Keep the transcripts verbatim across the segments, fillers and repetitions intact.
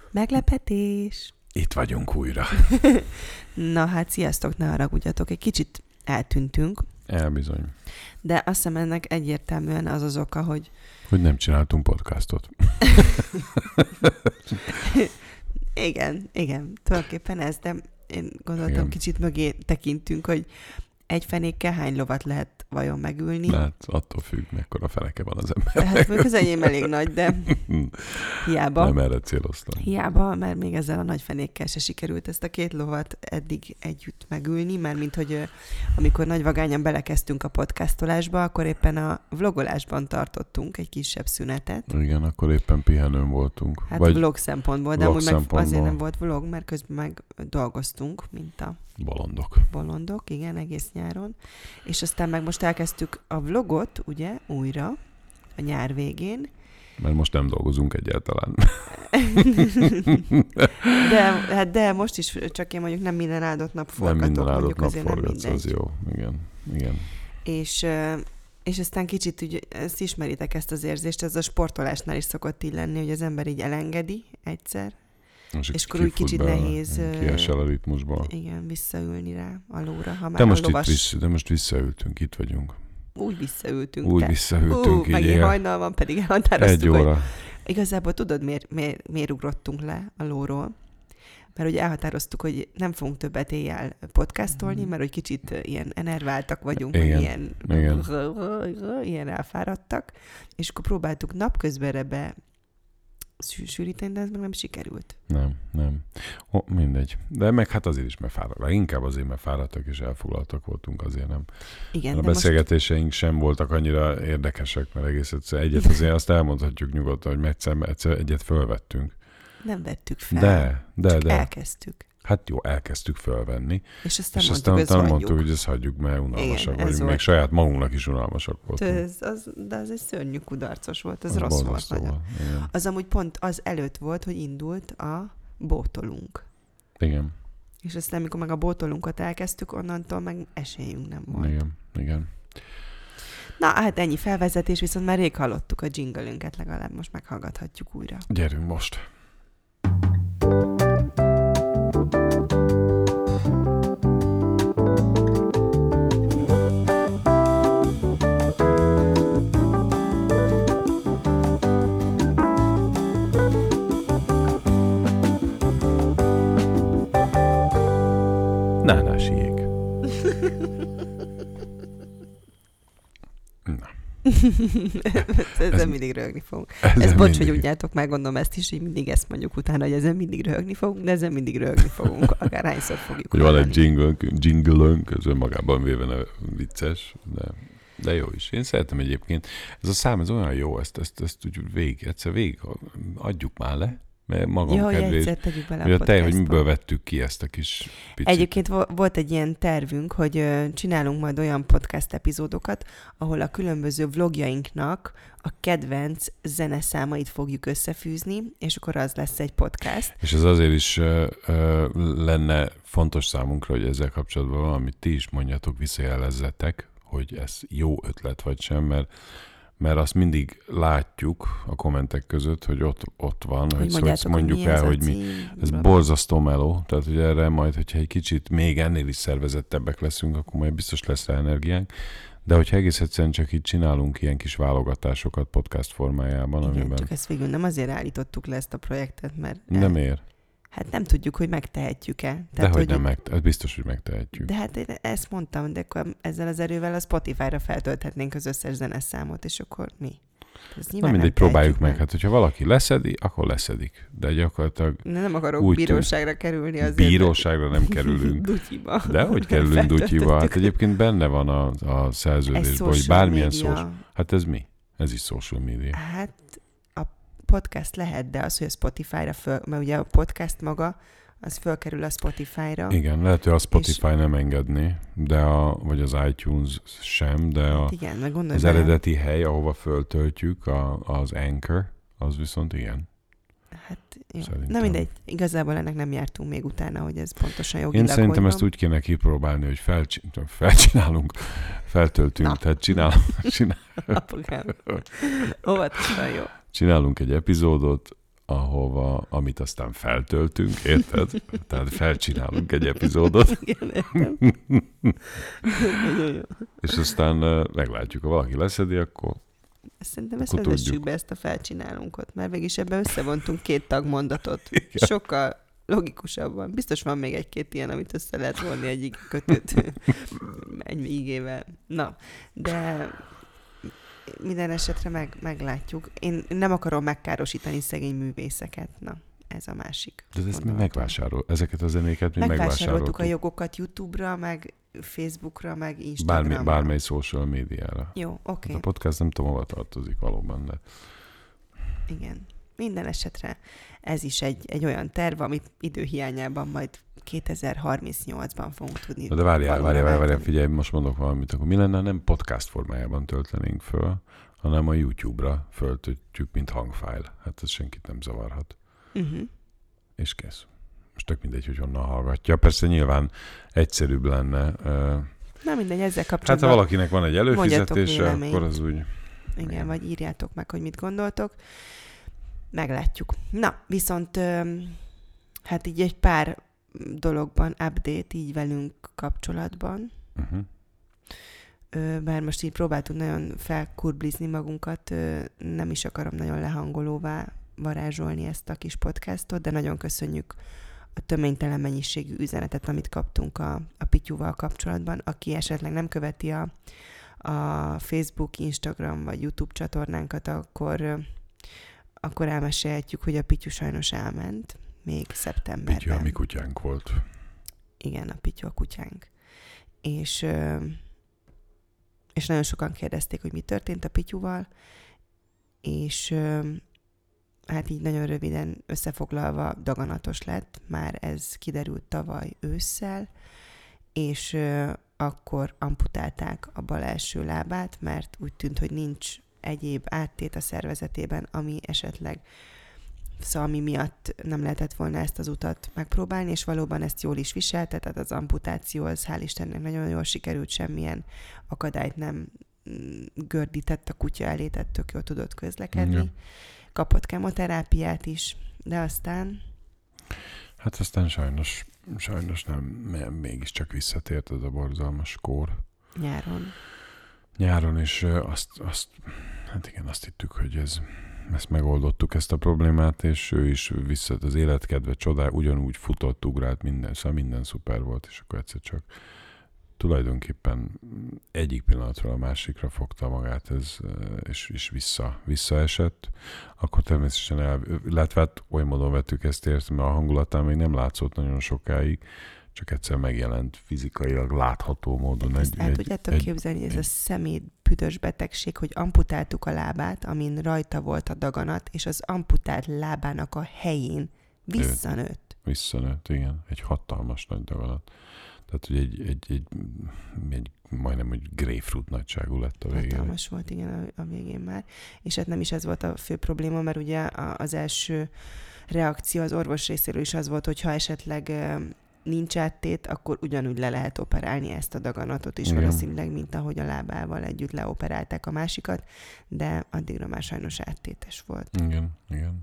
Meglepetés! Itt vagyunk újra. Na hát, sziasztok, ne haragudjatok, egy kicsit eltűntünk. Elbizony. De azt hiszem ennek egyértelműen az az oka, hogy... Hogy nem csináltunk podcastot. igen, igen, tulajdonképpen ez, de én gondoltam, igen. Kicsit mögé tekintünk, hogy egy fenékkel hány lovat lehet vajon megülni. Hát attól függ, mekkora feneke van az embernek. Hát mondjuk az enyém elég nagy, de hiába. Nem erre céloztam. Hiába, mert még ezzel a nagy fenékkel se sikerült ezt a két lovat eddig együtt megülni, mert mint hogy amikor nagyvagányan belekezdtünk a podcastolásba, akkor éppen a vlogolásban tartottunk egy kisebb szünetet. Igen, akkor éppen pihenőn voltunk. Hát Vagy vlog szempontból, de vlog amúgy meg szempontból. azért nem volt vlog, mert közben meg dolgoztunk, mint a bolondok. bolondok, igen, egész nyáron. És aztán meg most elkezdtük a vlogot, ugye, újra, a nyár végén. Mert most nem dolgozunk egyáltalán. de, hát de most is csak én mondjuk nem minden áldott nap forgatok. Nem minden áldott nap azért forgatsz, az jó. Igen, igen. És, és aztán kicsit, úgy, ezt ismeritek ezt az érzést, ez a sportolásnál is szokott így lenni, hogy az ember így elengedi egyszer, és, és akkor úgy kicsit be, nehéz kiesel a ritmusból. Igen, visszaülni rá a lóra. Ha már de, most lovas... itt vissza, de most visszaültünk, itt vagyunk. Úgy visszaültünk. Úgy te. visszaültünk. Ú, megint hajnal van, pedig elhatároztuk, egy óra. Hogy igazából tudod, miért, miért, miért ugrottunk le a lóról? Mert ugye elhatároztuk, hogy nem fogunk többet éjjel podcastolni, mert hogy kicsit ilyen enerváltak vagyunk, igen, ilyen, igen. ilyen elfáradtak, és akkor próbáltuk napközbenre be sűríteni, de ez meg nem sikerült. Nem, nem. Oh, mindegy. De meg hát azért is, mert fáradtak. Inkább azért, mert fáradtak és elfoglaltak voltunk, azért nem. Igen, a beszélgetéseink most... sem voltak annyira érdekesek, mert egész egyszer egyet azért azt elmondhatjuk nyugodtan, hogy egyszer, egyszer egyet fölvettünk. Nem vettük fel. De, de, csak de. elkezdtük. Hát jó, elkezdtük fölvenni. És aztán és mondtuk, aztán hogy mondtuk, hogy ezt hagyjuk, mert unalmasak igen, vagyunk. Még saját magunknak is unalmasak voltunk. Ez, az, de az egy szörnyű kudarcos volt, az, az rossz volt nagyon. Az amúgy pont az előtt volt, hogy indult a bótolunk. Igen. És aztán, amikor meg a bótolunkat elkezdtük, onnantól meg esélyünk nem volt. Igen, igen. Na, hát ennyi felvezetés, viszont már rég hallottuk a jingle-ünket, legalább most meghallgathatjuk újra. Gyerünk most! Nánási jég. Na. Ezzel mindig röhögni fogunk. Ez bocs, hogy tudjátok, már gondolom ezt is, hogy mindig ezt mondjuk utána, hogy ezen mindig röhögni fogunk, de ezen mindig röhögni fogunk, akárhányszor fogjuk. Hogy van egy jingle-ünk, jingle-ünk, ez önmagában véve vicces, de, de jó is. Én szeretem egyébként. Ez a szám, ez olyan jó, ezt, ezt, ezt úgy végig, egyszer végig adjuk már le. Mert magam jó, kedvéért, tegyük bele hogy a a tej, hogy podcastba. miből vettük ki ezt a kis picit. Egyébként volt egy ilyen tervünk, hogy csinálunk majd olyan podcast epizódokat, ahol a különböző vlogjainknak a kedvenc zeneszámait fogjuk összefűzni, és akkor az lesz egy podcast. És ez azért is uh, uh, lenne fontos számunkra, hogy ezzel kapcsolatban valamit ti is mondjatok, visszajelezzetek, hogy ez jó ötlet vagy sem, mert mert azt mindig látjuk a kommentek között, hogy ott, ott van, hogy, hogy mondjuk el, hogy mi. Ez borzasztó meló, tehát hogy erre majd, hogyha egy kicsit még ennél is szervezettebbek leszünk, akkor majd biztos lesz rá energiánk. De hogyha egész egyszerűen csak így csinálunk ilyen kis válogatásokat podcast formájában, igen, amiben... csak ezt végül nem azért állítottuk le ezt a projektet, mert... De miért? Hát nem tudjuk, hogy megtehetjük-e. De hogy nem, meg, ez biztos, hogy megtehetjük. De hát én ezt mondtam, de akkor ezzel az erővel a Spotify-ra feltölthetnénk az összes zeneszámot, és akkor mi? Na mindegy, próbáljuk meg. meg. Hát, hogyha valaki leszedi, akkor leszedik. De gyakorlatilag... De nem akarok bíróságra tűn... kerülni azért. Bíróságra nem kerülünk. Dutyiba. De hogy kerülünk dutyiba? Hát egyébként benne van a, a szerződésben, hogy bármilyen szó. Hát ez mi? Ez is social media. Hát a podcast lehet, de az, hogy a Spotify-ra föl... Mert ugye a podcast maga, az fölkerül a Spotify-ra. Igen, lehet, hogy a Spotify és... nem engedni, de a, vagy az iTunes sem, de a, hát igen, meg az eredeti hely, ahova föltöltjük, a, az Anchor, az viszont igen. Hát jó. Na mindegy, igazából ennek nem jártunk még utána, hogy ez pontosan jogilag. Én szerintem ezt úgy kéne kipróbálni, hogy felcsin, felcsinálunk, feltöltünk, Na. tehát csinálunk. Csinál... Apukám. Óvatosan jó. Csinálunk egy epizódot, ahova, amit aztán feltöltünk, érted? Tehát felcsinálunk egy epizódot. Igen, értem. És aztán meglátjuk, ha valaki leszedi, akkor Szerintem ezt vezessük be, ezt a felcsinálunkot, mert végig ebben összevontunk két tagmondatot. Igen. Sokkal logikusabban. Biztos van még egy-két ilyen, amit össze lehet vonni egyik kötőt egy ígével. Na, de minden esetre meg, meglátjuk. Én nem akarom megkárosítani szegény művészeket. Na, ez a másik. De ezt mi megvásárol, ezeket a zenéket mi megvásároltuk. Megvásároltuk a jogokat YouTube-ra, meg Facebookra, meg Instagramra. Bármi, bármely social médiára. Jó, oké. Okay. A podcast nem tudom, hova tartozik valóban, de... Igen. Minden esetre ez is egy, egy olyan terv, amit időhiányában majd kétezer-harmincnyolcban fogunk tudni. De várjál, várjál, várjál, várjál, figyelj, most mondok valamit. Akkor mi lenne, nem podcast formájában töltenénk föl, hanem a YouTube-ra föltöltjük, mint hangfájl. Hát ez senkit nem zavarhat. Uh-huh. És kész. Most tök mindegy, hogy honnan hallgatja. Persze nyilván egyszerűbb lenne. Na mindegy, ezzel kapcsolatban. Hát ha valakinek van egy előfizetése, akkor az úgy... Igen, igen, vagy írjátok meg, hogy mit gondoltok. Meglátjuk. Na, viszont hát így egy pár dologban update így velünk kapcsolatban. Uh-huh. Bár most így próbáltunk nagyon felkurblizni magunkat, nem is akarom nagyon lehangolóvá varázsolni ezt a kis podcastot, de nagyon köszönjük a töménytelen mennyiségű üzenetet, amit kaptunk a, a Pityúval kapcsolatban. Aki esetleg nem követi a, a Facebook, Instagram vagy YouTube csatornánkat, akkor, akkor elmesélhetjük, hogy a Pityu sajnos elment még szeptemberben. Pityu a mi kutyánk volt. Igen, a Pityu a kutyánk. És, és nagyon sokan kérdezték, hogy mi történt a Pityúval, és hát így nagyon röviden összefoglalva daganatos lett, már ez kiderült tavaly ősszel, és ö, akkor amputálták a bal első lábát, mert úgy tűnt, hogy nincs egyéb áttét a szervezetében, ami esetleg szóval ami miatt nem lehetett volna ezt az utat megpróbálni, és valóban ezt jól is viselte, tehát az amputáció az hál' Istennek nagyon jól sikerült, semmilyen akadályt nem gördített a kutya elé, tehát tök jól tudott közlekedni. Mm. Kapott kemoterápiát is, de aztán... Hát aztán sajnos, sajnos nem, mégiscsak visszatért ez a borzalmas kór. Nyáron. Nyáron, és azt, azt, hát igen, azt hittük, hogy ez, ezt megoldottuk, ezt a problémát, és ő is vissza, az életkedve csodál, ugyanúgy futott, ugrált, minden, szóval minden szuper volt, és akkor egyszer csak tulajdonképpen egyik pillanatról a másikra fogta magát, ez, és, és vissza, visszaesett, akkor természetesen el, illetve hát oly módon vettük ezt ért, mert a hangulatán még nem látszott nagyon sokáig, csak egyszer megjelent fizikailag látható módon. Ezt egy, el egy, tudjátok egy, képzelni, ez egy, a szemét büdös betegség, hogy amputáltuk a lábát, amin rajta volt a daganat, és az amputált lábának a helyén visszanőtt. Visszanőtt, igen. Egy hatalmas nagy daganat. Tehát, hogy egy, egy, egy, egy majdnem, hogy grapefruit nagyságú lett a végén. Hatalmas volt, igen, a, a végén már. És hát nem is ez volt a fő probléma, mert ugye az első reakció az orvos részéről is az volt, hogy ha esetleg nincs áttét, akkor ugyanúgy le lehet operálni ezt a daganatot is, igen. Valószínűleg, mint ahogy a lábával együtt leoperálták a másikat, de addigra már sajnos áttétes volt. Igen, igen.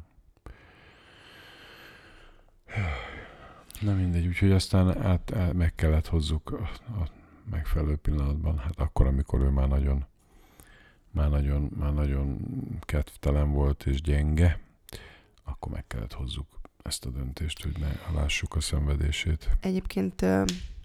Na mindegy, úgyhogy aztán át, át, meg kellett hozzuk a, a megfelelő pillanatban, hát akkor, amikor ő már nagyon, már nagyon, már nagyon kedvtelen volt és gyenge, akkor meg kellett hozzuk ezt a döntést, hogy ne lássuk a szenvedését. Egyébként ö,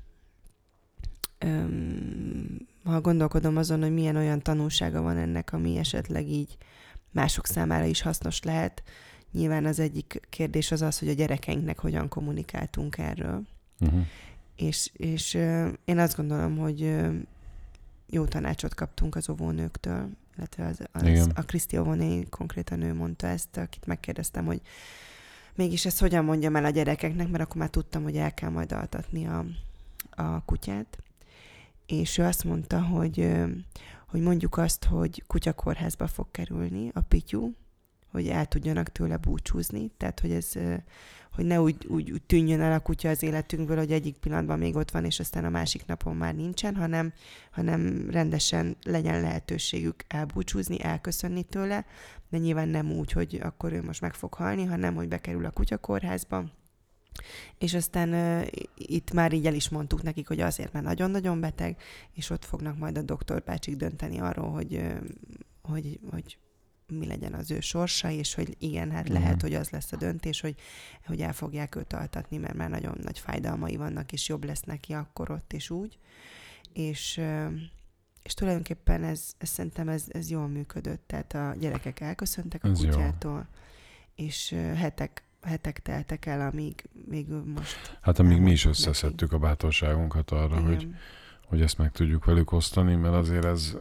ö, ha gondolkodom azon, hogy milyen olyan tanulsága van ennek, ami esetleg így mások számára is hasznos lehet, nyilván az egyik kérdés az az, hogy a gyerekeinknek hogyan kommunikáltunk erről. Uh-huh. És, és ö, én azt gondolom, hogy ö, jó tanácsot kaptunk az óvónőktől, illetve az, az, a Kriszti óvóné konkrétan ő mondta ezt, akit megkérdeztem, hogy mégis ezt hogyan mondjam el a gyerekeknek, mert akkor már tudtam, hogy el kell majd altatni a, a kutyát. És ő azt mondta, hogy, hogy mondjuk azt, hogy kutyakórházba fog kerülni a Pityu, hogy el tudjanak tőle búcsúzni, tehát hogy ez, hogy ne úgy, úgy, úgy tűnjön el a kutya az életünkből, hogy egyik pillanatban még ott van, és aztán a másik napon már nincsen, hanem, hanem rendesen legyen lehetőségük elbúcsúzni, elköszönni tőle, de nyilván nem úgy, hogy akkor ő most meg fog halni, hanem hogy bekerül a kutyakórházba, és aztán uh, itt már így el is mondtuk nekik, hogy azért, mert nagyon-nagyon beteg, és ott fognak majd a doktorbácsik dönteni arról, hogy, uh, hogy, hogy mi legyen az ő sorsa, és hogy igen, hát lehet, mm. hogy az lesz a döntés, hogy, hogy el fogják őt altatni, mert már nagyon nagy fájdalmai vannak, és jobb lesz neki akkor ott és úgy. És, uh, és tulajdonképpen ez, ez szerintem ez, ez jól működött, tehát a gyerekek elköszöntek a ez kutyától, jó. És uh, hetek hetek teltek el, amíg még most... Hát amíg mi is összeszedtük neki a bátorságunkat arra, hogy, hogy ezt meg tudjuk velük osztani, mert azért ez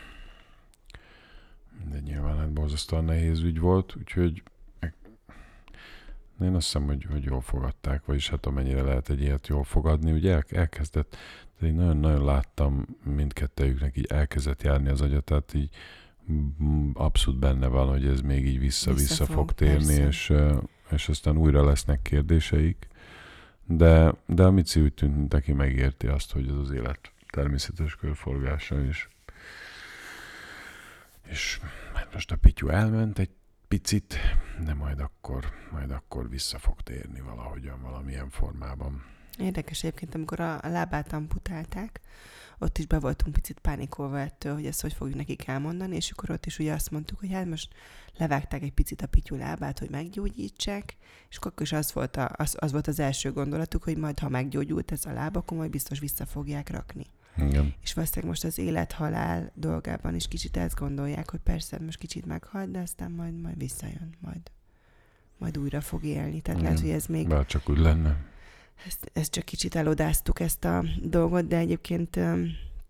mindegy, nyilván hát borzasztóan nehéz ügy volt, úgyhogy én azt hiszem, hogy, hogy jól fogadták, vagyis hát amennyire lehet egy ilyet jól fogadni, ugye el, elkezdett, de én nagyon-nagyon láttam mindkettejüknek, így elkezdett járni az agya, tehát így abszolút benne van, hogy ez még így vissza-vissza fog, fog térni, és, és aztán újra lesznek kérdéseik. De, de a Mici úgy tűnt, mint aki megérti azt, hogy ez az élet természetes körforgása, és, és most a Pityu elment egy picit, de majd akkor, majd akkor vissza fog térni valahogyan, valamilyen formában. Érdekes egyébként, amikor a, a lábát amputálták, ott is be voltunk picit pánikolva ettől, hogy ezt hogy fogjuk nekik elmondani, és akkor ott is ugye azt mondtuk, hogy hát most levágták egy picit a Pityu lábát, hogy meggyógyítsák, és akkor is az volt, a, az, az volt az első gondolatuk, hogy majd ha meggyógyult ez a láb, akkor majd biztos vissza fogják rakni. Igen. És valószínűleg most az élet-halál dolgában is kicsit ezt gondolják, hogy persze most kicsit meghalt, de aztán majd, majd visszajön, majd, majd újra fog élni. Tehát lehet, hogy ez még... Bár csak úgy lenne. Ezt, ezt csak kicsit elodáztuk, ezt a dolgot, de egyébként um,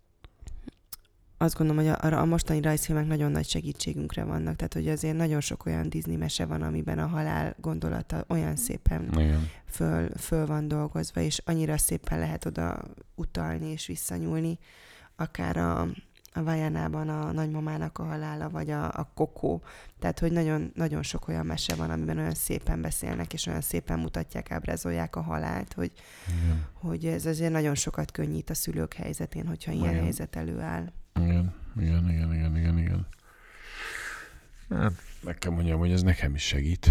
azt gondolom, hogy a, a mostani rajzfilmek nagyon nagy segítségünkre vannak. Tehát, hogy azért nagyon sok olyan Disney mese van, amiben a halál gondolata olyan szépen föl, föl van dolgozva, és annyira szépen lehet oda utalni és visszanyúlni, akár a a Vajánában a nagymamának a halála, vagy a, a Kokó. Tehát, hogy nagyon, nagyon sok olyan mese van, amiben olyan szépen beszélnek, és olyan szépen mutatják, ábrázolják a halált, hogy, hogy ez azért nagyon sokat könnyít a szülők helyzetén, hogyha ilyen igen. helyzet előáll. Igen, igen, igen, igen, igen, igen. Hát, meg kell mondjam, hogy ez nekem is segít.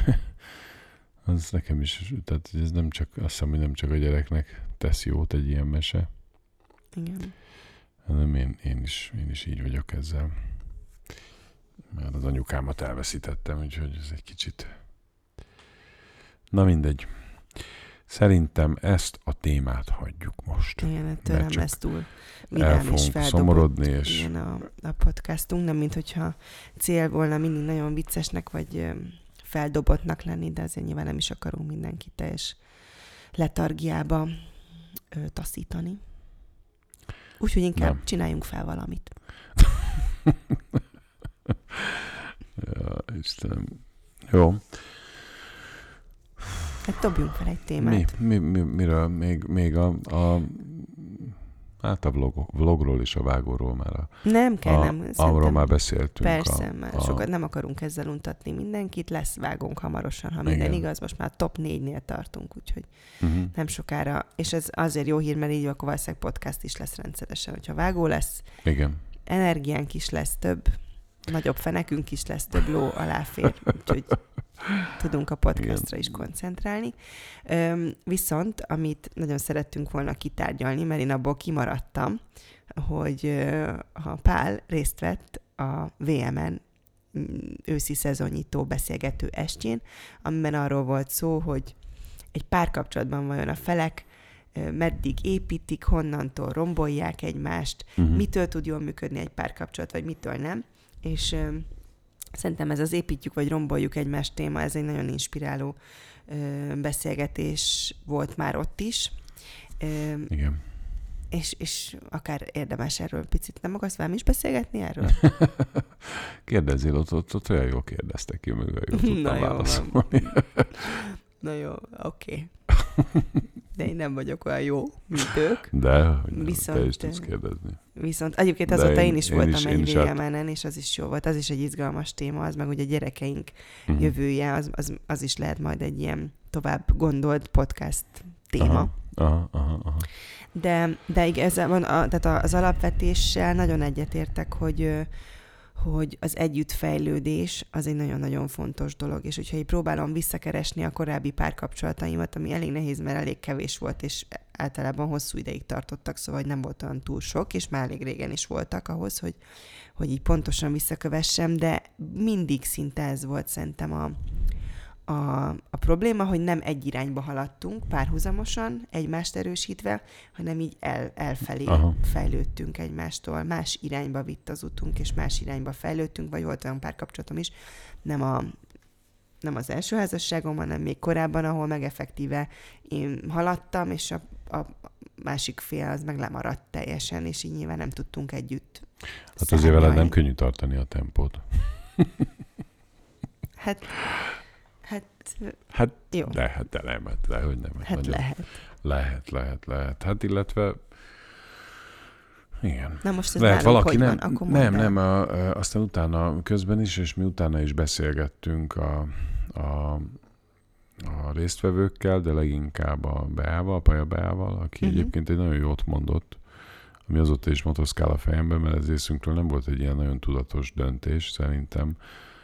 Az nekem is, tehát ez nem csak, azt hiszem, hogy nem csak a gyereknek tesz jót egy ilyen mese. Igen. hanem én, én, is, én is így vagyok ezzel. Mert az anyukámat elveszítettem, úgyhogy ez egy kicsit... Na mindegy. Szerintem ezt a témát hagyjuk most. Igen, ettől nem lesz túl vidám és feldobott és... igen, a, a podcastunk, nem mint hogyha cél volna mindig nagyon viccesnek, vagy feldobottnak lenni, de azért nyilván nem is akarunk mindenkit teljes letargiába ö, taszítani. Úgyhogy inkább nem. Csináljunk fel valamit. Ja, Istenem. Jó. Hát dobjunk fel egy témát. Mi? mi, mi miről? Még, még a, a hát a vlog, vlogról és a vágóról már. A, nem kell, a, nem. Arról már beszéltünk. Persze, a, már a, sokat nem akarunk ezzel untatni mindenkit. Lesz vágónk hamarosan, ha minden igen. igaz. Most már top négynél tartunk, úgyhogy uh-huh. nem sokára. És ez azért jó hír, mert így akkor valószínűleg podcast is lesz rendszeresen. Hogyha vágó lesz, igen. energiánk is lesz több, nagyobb fenekünk is lesz, több ló aláfér, úgyhogy tudunk a podcastra igen. is koncentrálni. Üm, viszont, amit nagyon szerettünk volna kitárgyalni, mert én abból kimaradtam, hogy ha Pál részt vett a vé em-en őszi szezonnyitó beszélgető estjén, amiben arról volt szó, hogy egy párkapcsolatban vajon a felek meddig építik, honnantól rombolják egymást, uh-huh. mitől tud jól működni egy párkapcsolat, vagy mitől nem. És ö, szerintem ez az építjük, vagy romboljuk egymást téma, ez egy nagyon inspiráló ö, beszélgetés volt már ott is. Ö, Igen. És, és akár érdemes erről picit. Nem akarsz velem is beszélgetni erről? Kérdezzél, ott, ott, ott olyan jól kérdeztek ki, meg olyan jól tudtam válaszolni. Na jó, oké. Okay. De én én nem vagyok olyan jó, mint ők. De, viszont, te is tudsz kérdezni. Viszont egyébként azóta én, én is én voltam is, egy vé em en-en, és az is jó volt. Az is egy izgalmas téma, az meg ugye a gyerekeink uh-huh. jövője, az, az, az is lehet majd egy ilyen tovább gondolt podcast téma. Aha, aha, aha. De, de igazából a, tehát az alapvetéssel nagyon egyetértek, hogy, hogy az együttfejlődés az egy nagyon-nagyon fontos dolog, és hogyha így próbálom visszakeresni a korábbi párkapcsolataimat, ami elég nehéz, mert elég kevés volt, és általában hosszú ideig tartottak, szóval nem volt olyan túl sok, és már elég régen is voltak ahhoz, hogy, hogy így pontosan visszakövessem, de mindig szinte ez volt szerintem a A, a probléma, hogy nem egy irányba haladtunk párhuzamosan, egymást erősítve, hanem így el, elfelé Aha. fejlődtünk egymástól. Más irányba vitt az utunk, és más irányba fejlődtünk, vagy volt olyan párkapcsolatom is, nem, a, nem az első házasságom, hanem még korábban, ahol meg effektíve én haladtam, és a, a másik fél az meg lemaradt teljesen, és így nyilván nem tudtunk együtt Hát azért veled nem könnyű tartani a tempót. Hát... Hát, hát jó. Lehet, de nem, hát de, hogy nem. Hát nagyon, lehet. Lehet, lehet, lehet. Hát illetve, igen. Na most ez lehet, nálunk valaki hogy nem, van? Akkor nem, nem, a, a, aztán utána közben is, és mi utána is beszélgettünk a, a, a résztvevőkkel, de leginkább a Beával, a Paja Beával, aki uh-huh. egyébként egy nagyon jót mondott, ami azóta is motoszkál a fejemben, mert ez részünkről nem volt egy ilyen nagyon tudatos döntés, szerintem.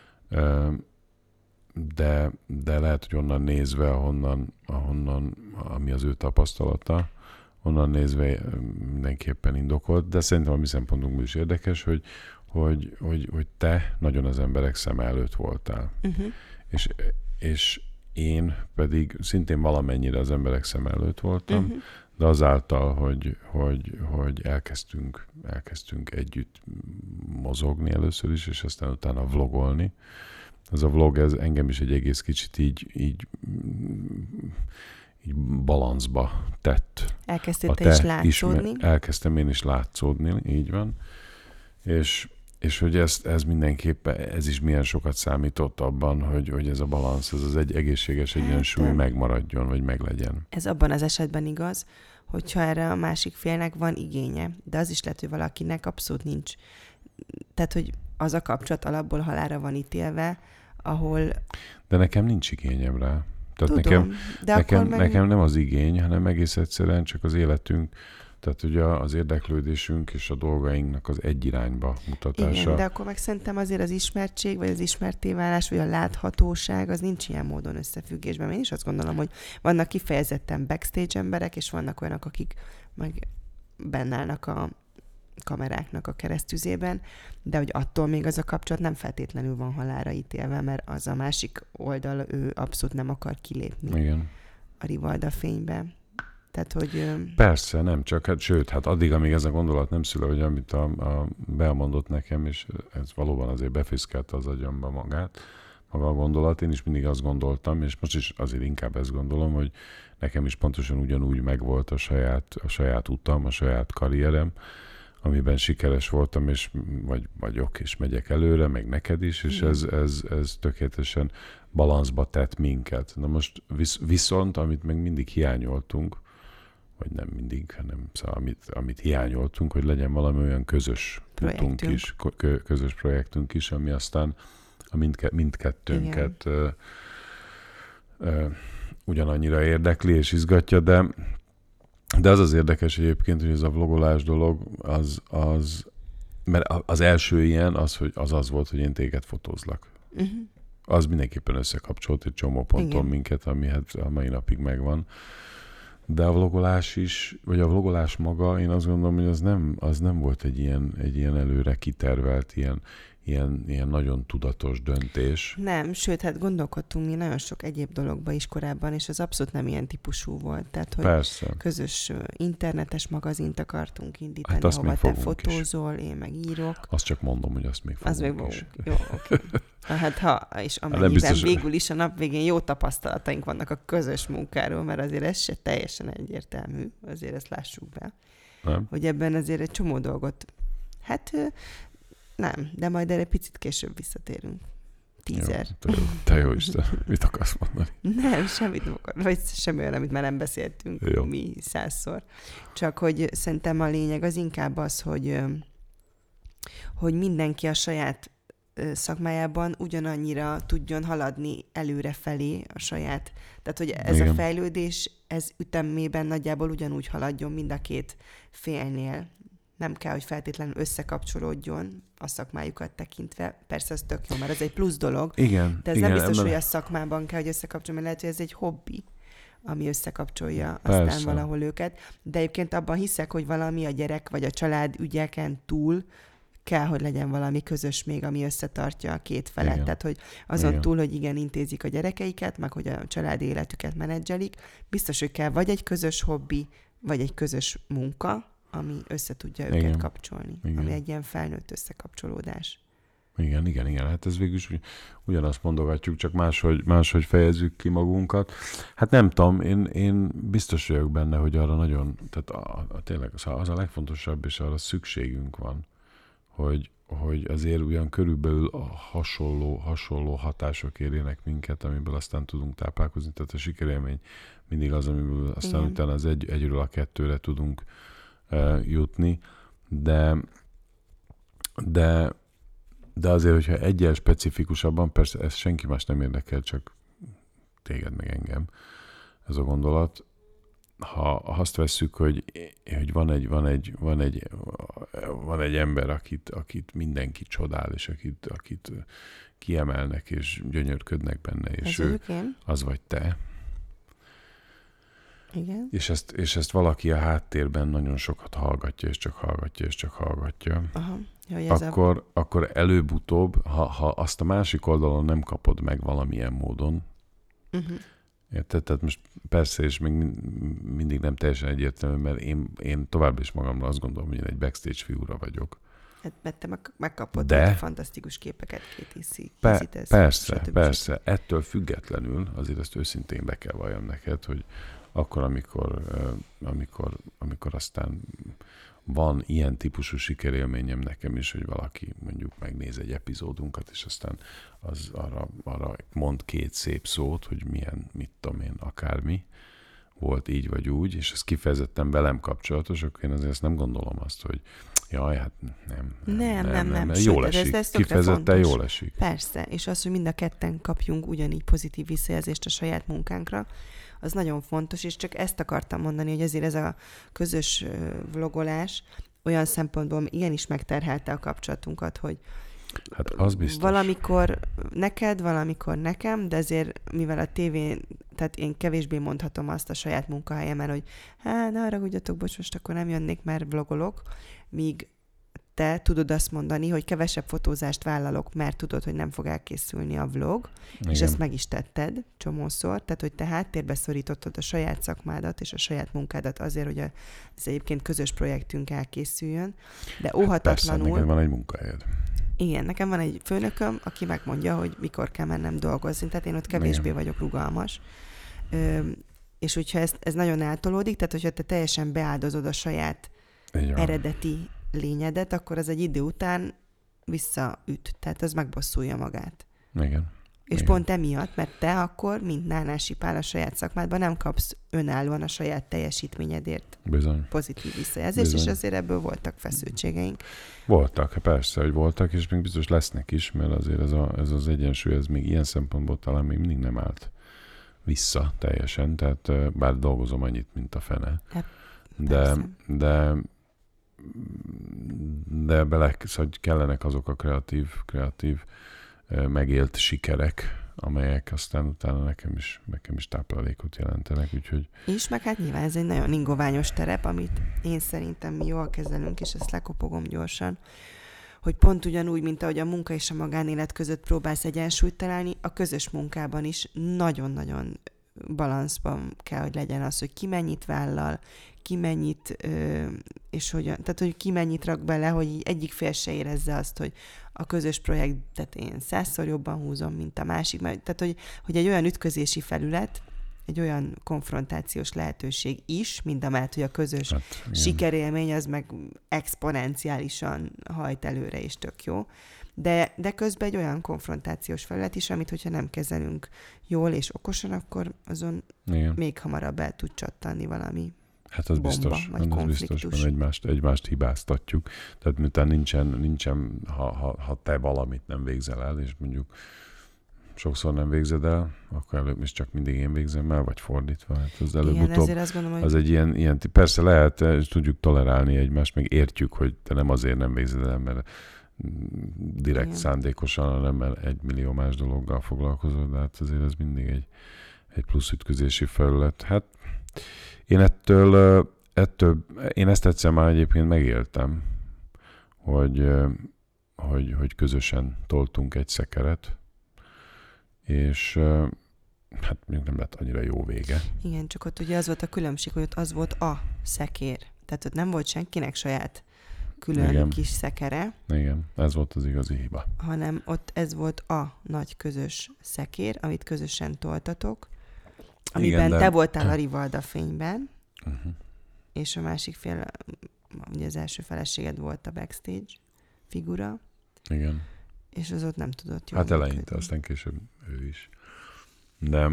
De, de lehet, hogy onnan nézve, ahonnan, ahonnan, ami az ő tapasztalata, onnan nézve mindenképpen indokolt, de szerintem a mi szempontunkból is érdekes, hogy, hogy, hogy, hogy te nagyon az emberek szeme előtt voltál. Uh-huh. És, és én pedig szintén valamennyire az emberek szeme előtt voltam, uh-huh. de azáltal, hogy, hogy, hogy elkezdtünk, elkezdtünk együtt mozogni először is, és aztán utána vlogolni. Ez a vlog, ez engem is egy egész kicsit így, így, így balanszba tett. Elkezdtél te is látszódni? Ismer, elkezdtem én is látszódni, így van. És, és hogy ez, ez mindenképpen, ez is milyen sokat számított abban, hogy, hogy ez a balansz, ez az egy egészséges egyensúly hát, megmaradjon, vagy meglegyen. Ez abban az esetben igaz, hogyha erre a másik félnek van igénye, de az is lehet, hogy valakinek abszolút nincs. Tehát, hogy az a kapcsolat alapból halálra van ítélve, ahol... De nekem nincs igényem rá. Tehát Tudom, nekem, de nekem, meg... nekem nem az igény, hanem egész egyszerűen csak az életünk, tehát ugye az érdeklődésünk és a dolgainknak az egy irányba mutatása. Igen, de akkor meg szerintem azért az ismertség, vagy az ismerttéválás, vagy a láthatóság, az nincs ilyen módon összefüggésben. Én is azt gondolom, hogy vannak kifejezetten backstage emberek, és vannak olyanok, akik meg bennállnak a kameráknak a keresztüzében, de hogy attól még az a kapcsolat nem feltétlenül van halálra ítélve, mert az a másik oldal, ő abszolút nem akar kilépni Igen. a rivalda fénybe. Tehát, hogy... Persze, nem csak, hát sőt, hát addig, amíg ez a gondolat nem szül, hogy amit a, a beamondott nekem, és ez valóban azért befészkelte az agyamba magát, maga a gondolat, én is mindig azt gondoltam, és most is azért inkább ezt gondolom, hogy nekem is pontosan ugyanúgy megvolt a saját, a saját utam, a saját karrierem, amiben sikeres voltam, és vagy vagyok, és megyek előre, meg neked is, és ez, ez, ez tökéletesen balanszba tett minket. Na most visz, viszont, amit meg mindig hiányoltunk, vagy nem mindig, hanem szóval amit, amit hiányoltunk, hogy legyen valami olyan közös utunk is, közös projektünk is, ami aztán a mindke, mindkettőnket ö, ö, ugyanannyira érdekli és izgatja, de De az az érdekes egyébként, hogy ez a vlogolás dolog, az, az mert az első ilyen, az, hogy az az volt, hogy én téged fotózlak. Uh-huh. Az mindenképpen összekapcsolt egy csomó ponton Igen. minket, ami hát a mai napig megvan. De a vlogolás is, vagy a vlogolás maga, én azt gondolom, hogy az nem, az nem volt egy ilyen, egy ilyen előre kitervelt, ilyen, ilyen, ilyen nagyon tudatos döntés. Nem, sőt, hát gondolkodtunk mi nagyon sok egyéb dologba is korábban, és az abszolút nem ilyen típusú volt. Tehát, hogy Persze. közös internetes magazint akartunk indítani, hát ahova te fotózol, is. Én meg írok. Azt csak mondom, hogy azt még fogunk az még is. Fogunk. Jó, oké. Okay. Hát ha, és amennyiben biztos, végül is a nap végén jó tapasztalataink vannak a közös munkáról, mert azért ez se teljesen egyértelmű, azért ezt lássuk be. Nem? Hogy ebben azért egy csomó dolgot, hát nem, de majd erre picit később visszatérünk. Tízer. Jó, te, jó, te jó Isten, mit akarsz mondani? Nem, semmit nem akar. Vagy semmi olyan, amit már nem beszéltünk jó. mi százszor. Csak hogy szerintem a lényeg az inkább az, hogy, hogy mindenki a saját szakmájában ugyanannyira tudjon haladni előrefelé a saját. Tehát, hogy ez Igen. a fejlődés, ez ütemében nagyjából ugyanúgy haladjon mind a két félnél. Nem kell, hogy feltétlenül összekapcsolódjon a szakmájukat tekintve. Persze ez tök jó, mert ez egy plusz dolog. Igen, de ez igen, nem biztos, ember... hogy a szakmában kell, hogy összekapcsoljon, mert lehet, hogy ez egy hobbi, ami összekapcsolja Persze. aztán valahol őket. De egyébként abban hiszek, hogy valami a gyerek vagy a család ügyeken túl kell, hogy legyen valami közös még, ami összetartja a két felet. Igen. Tehát, hogy azon igen. túl, hogy igen, intézik a gyerekeiket, meg hogy a család életüket menedzselik, biztos, hogy kell vagy egy közös hobbi, vagy egy közös munka, ami össze tudja őket igen. kapcsolni. Igen. Ami egy ilyen felnőtt összekapcsolódás. Igen, igen, igen. Hát ez végül is ugyanazt mondogatjuk, csak máshogy, máshogy fejezzük ki magunkat. Hát nem tudom, én, én biztos vagyok benne, hogy arra nagyon, tehát a, a, tényleg az a legfontosabb, és arra szükségünk van, hogy, hogy azért ugyan körülbelül a hasonló, hasonló hatások érjenek minket, amiből aztán tudunk táplálkozni. Tehát a sikerélmény mindig az, amiből aztán igen. utána az egy, egyről a kettőre tudunk uh, jutni, de, de, de azért, hogyha egyel specifikusabban, persze ez senki más nem érdekel, csak téged meg engem ez a gondolat. Ha azt vesszük, hogy, hogy van, egy, van, egy, van, egy, van egy ember, akit, akit mindenki csodál, és akit, akit kiemelnek, és gyönyörködnek benne, és ő, az vagy te. Igen. És ezt, és ezt valaki a háttérben nagyon sokat hallgatja, és csak hallgatja, és csak hallgatja. Aha. Jaj, akkor, a... akkor előbb-utóbb, ha, ha azt a másik oldalon nem kapod meg valamilyen módon, uh-huh. érted? Tehát most persze, és még mindig nem teljesen egyértelmű, mert én, én tovább is magamra azt gondolom, hogy én egy backstage figura vagyok. Hát, mert te megkapod, de hogy fantasztikus képeket készítesz. Pe- persze, stb. persze. Ettől függetlenül azért ezt őszintén be kell valljam neked, hogy akkor, amikor, amikor, amikor aztán van ilyen típusú sikerélményem nekem is, hogy valaki mondjuk megnéz egy epizódunkat, és aztán az arra, arra mond két szép szót, hogy milyen, mit tudom én, akármi volt így vagy úgy, és ez kifejezetten velem kapcsolatos, akkor én azért ezt nem gondolom azt, hogy jaj, hát nem. Nem, nem, nem. nem, nem. Jól esik. Ez, ez kifejezetten jól esik. Persze, és az, hogy mind a ketten kapjunk ugyanígy pozitív visszajelzést a saját munkánkra, az nagyon fontos, és csak ezt akartam mondani, hogy ezért ez a közös vlogolás olyan szempontból igenis megterhelte a kapcsolatunkat, hogy hát az biztos. Valamikor neked, valamikor nekem, de ezért, mivel a tévén, tehát én kevésbé mondhatom azt a saját munkahelyemen, hogy hát, ne haragudjatok, bocs, most akkor nem jönnék, mert vlogolok, míg te tudod azt mondani, hogy kevesebb fotózást vállalok, mert tudod, hogy nem fog elkészülni a vlog, igen. és ezt meg is tetted csomószor, tehát hogy te háttérbe szorítottad a saját szakmádat és a saját munkádat azért, hogy ez egyébként közös projektünk elkészüljön, de óhatatlanul... Hát persze, van egy munkahelyed. Igen, nekem van egy főnököm, aki megmondja, hogy mikor kell mennem dolgozni, tehát én ott kevésbé igen. vagyok rugalmas. Ö, és hogyha ez, ez nagyon eltolódik, tehát hogyha te teljesen beáldozod a saját igen. eredeti lényedet, akkor az egy idő után visszaüt, tehát az megbosszulja magát. Igen. És igen. pont emiatt, mert te akkor, mint Nánási Pál a saját szakmádban nem kapsz önállóan a saját teljesítményedért Bizony. pozitív visszajelzést, és azért ebből voltak feszültségeink. Voltak, persze, hogy voltak, és még biztos lesznek is, mert azért ez, a, ez az egyensúly, ez még ilyen szempontból talán még mindig nem állt vissza teljesen, tehát bár dolgozom annyit, mint a fene. Hát, de, de de bele, szóval kellenek azok a kreatív, kreatív megélt sikerek, amelyek aztán utána nekem is, nekem is táplálékot jelentenek, úgyhogy... És meg hát nyilván ez egy nagyon ingoványos terep, amit én szerintem mi jól kezelünk, és ezt lekopogom gyorsan, hogy pont ugyanúgy, mint ahogy a munka és a magánélet között próbálsz egyensúlyt találni, a közös munkában is nagyon-nagyon balanszban kell, hogy legyen az, hogy ki mennyit vállal, ki mennyit, és hogyan, tehát, hogy ki mennyit rak bele, hogy egyik fél se érezze azt, hogy a közös projektet én százszor jobban húzom, mint a másik. Tehát, hogy, hogy egy olyan ütközési felület, egy olyan konfrontációs lehetőség is, mind a mellett, hogy a közös hát, sikerélmény az meg exponenciálisan hajt előre, és tök jó. De, de közben egy olyan konfrontációs felület is, amit hogyha nem kezelünk jól és okosan, akkor azon igen. még hamarabb el tud csattanni valami hát az bomba, biztos, vagy az biztos, mert egymást, egymást hibáztatjuk. Tehát miután nincsen, nincsen ha, ha, ha te valamit nem végzel el, és mondjuk sokszor nem végzed el, akkor előbb is csak mindig én végzem el, vagy fordítva. Hát az előbb-utóbb gondolom, az hogy... egy ilyen, ilyen, persze lehet, és tudjuk tolerálni egymást, meg értjük, hogy te nem azért nem végzed el, mert direkt igen. szándékosan, hanem mert egy millió más dologgal foglalkozol, de hát azért ez mindig egy, egy plusz ütközési felület. Hát én ettől, ettől, én ezt egyszer már egyébként megéltem, hogy, hogy, hogy közösen toltunk egy szekeret, és hát még nem lett annyira jó vége. Igen, csak ott ugye az volt a különbség, hogy ott az volt a szekér. Tehát ott nem volt senkinek saját külön igen. kis szekere. Igen, ez volt az igazi hiba. Hanem ott ez volt a nagy közös szekér, amit közösen toltatok, amiben igen, de... te voltál a Rivalda fényben, uh-huh. és a másik fél, ugye az első feleséged volt a backstage figura. Igen. És az ott nem tudott jól hát eleinte, működni. Aztán később ő is. De,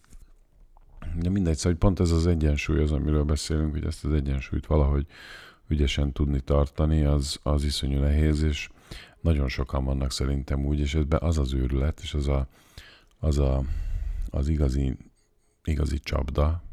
de mindegy, szóval pont ez az egyensúly az, amiről beszélünk, hogy ezt az egyensúlyt valahogy ügyesen tudni tartani, az, az iszonyú nehéz, és nagyon sokan vannak szerintem úgy, és ebben az az őrület, és az a, az, a, az igazi, igazi csapda,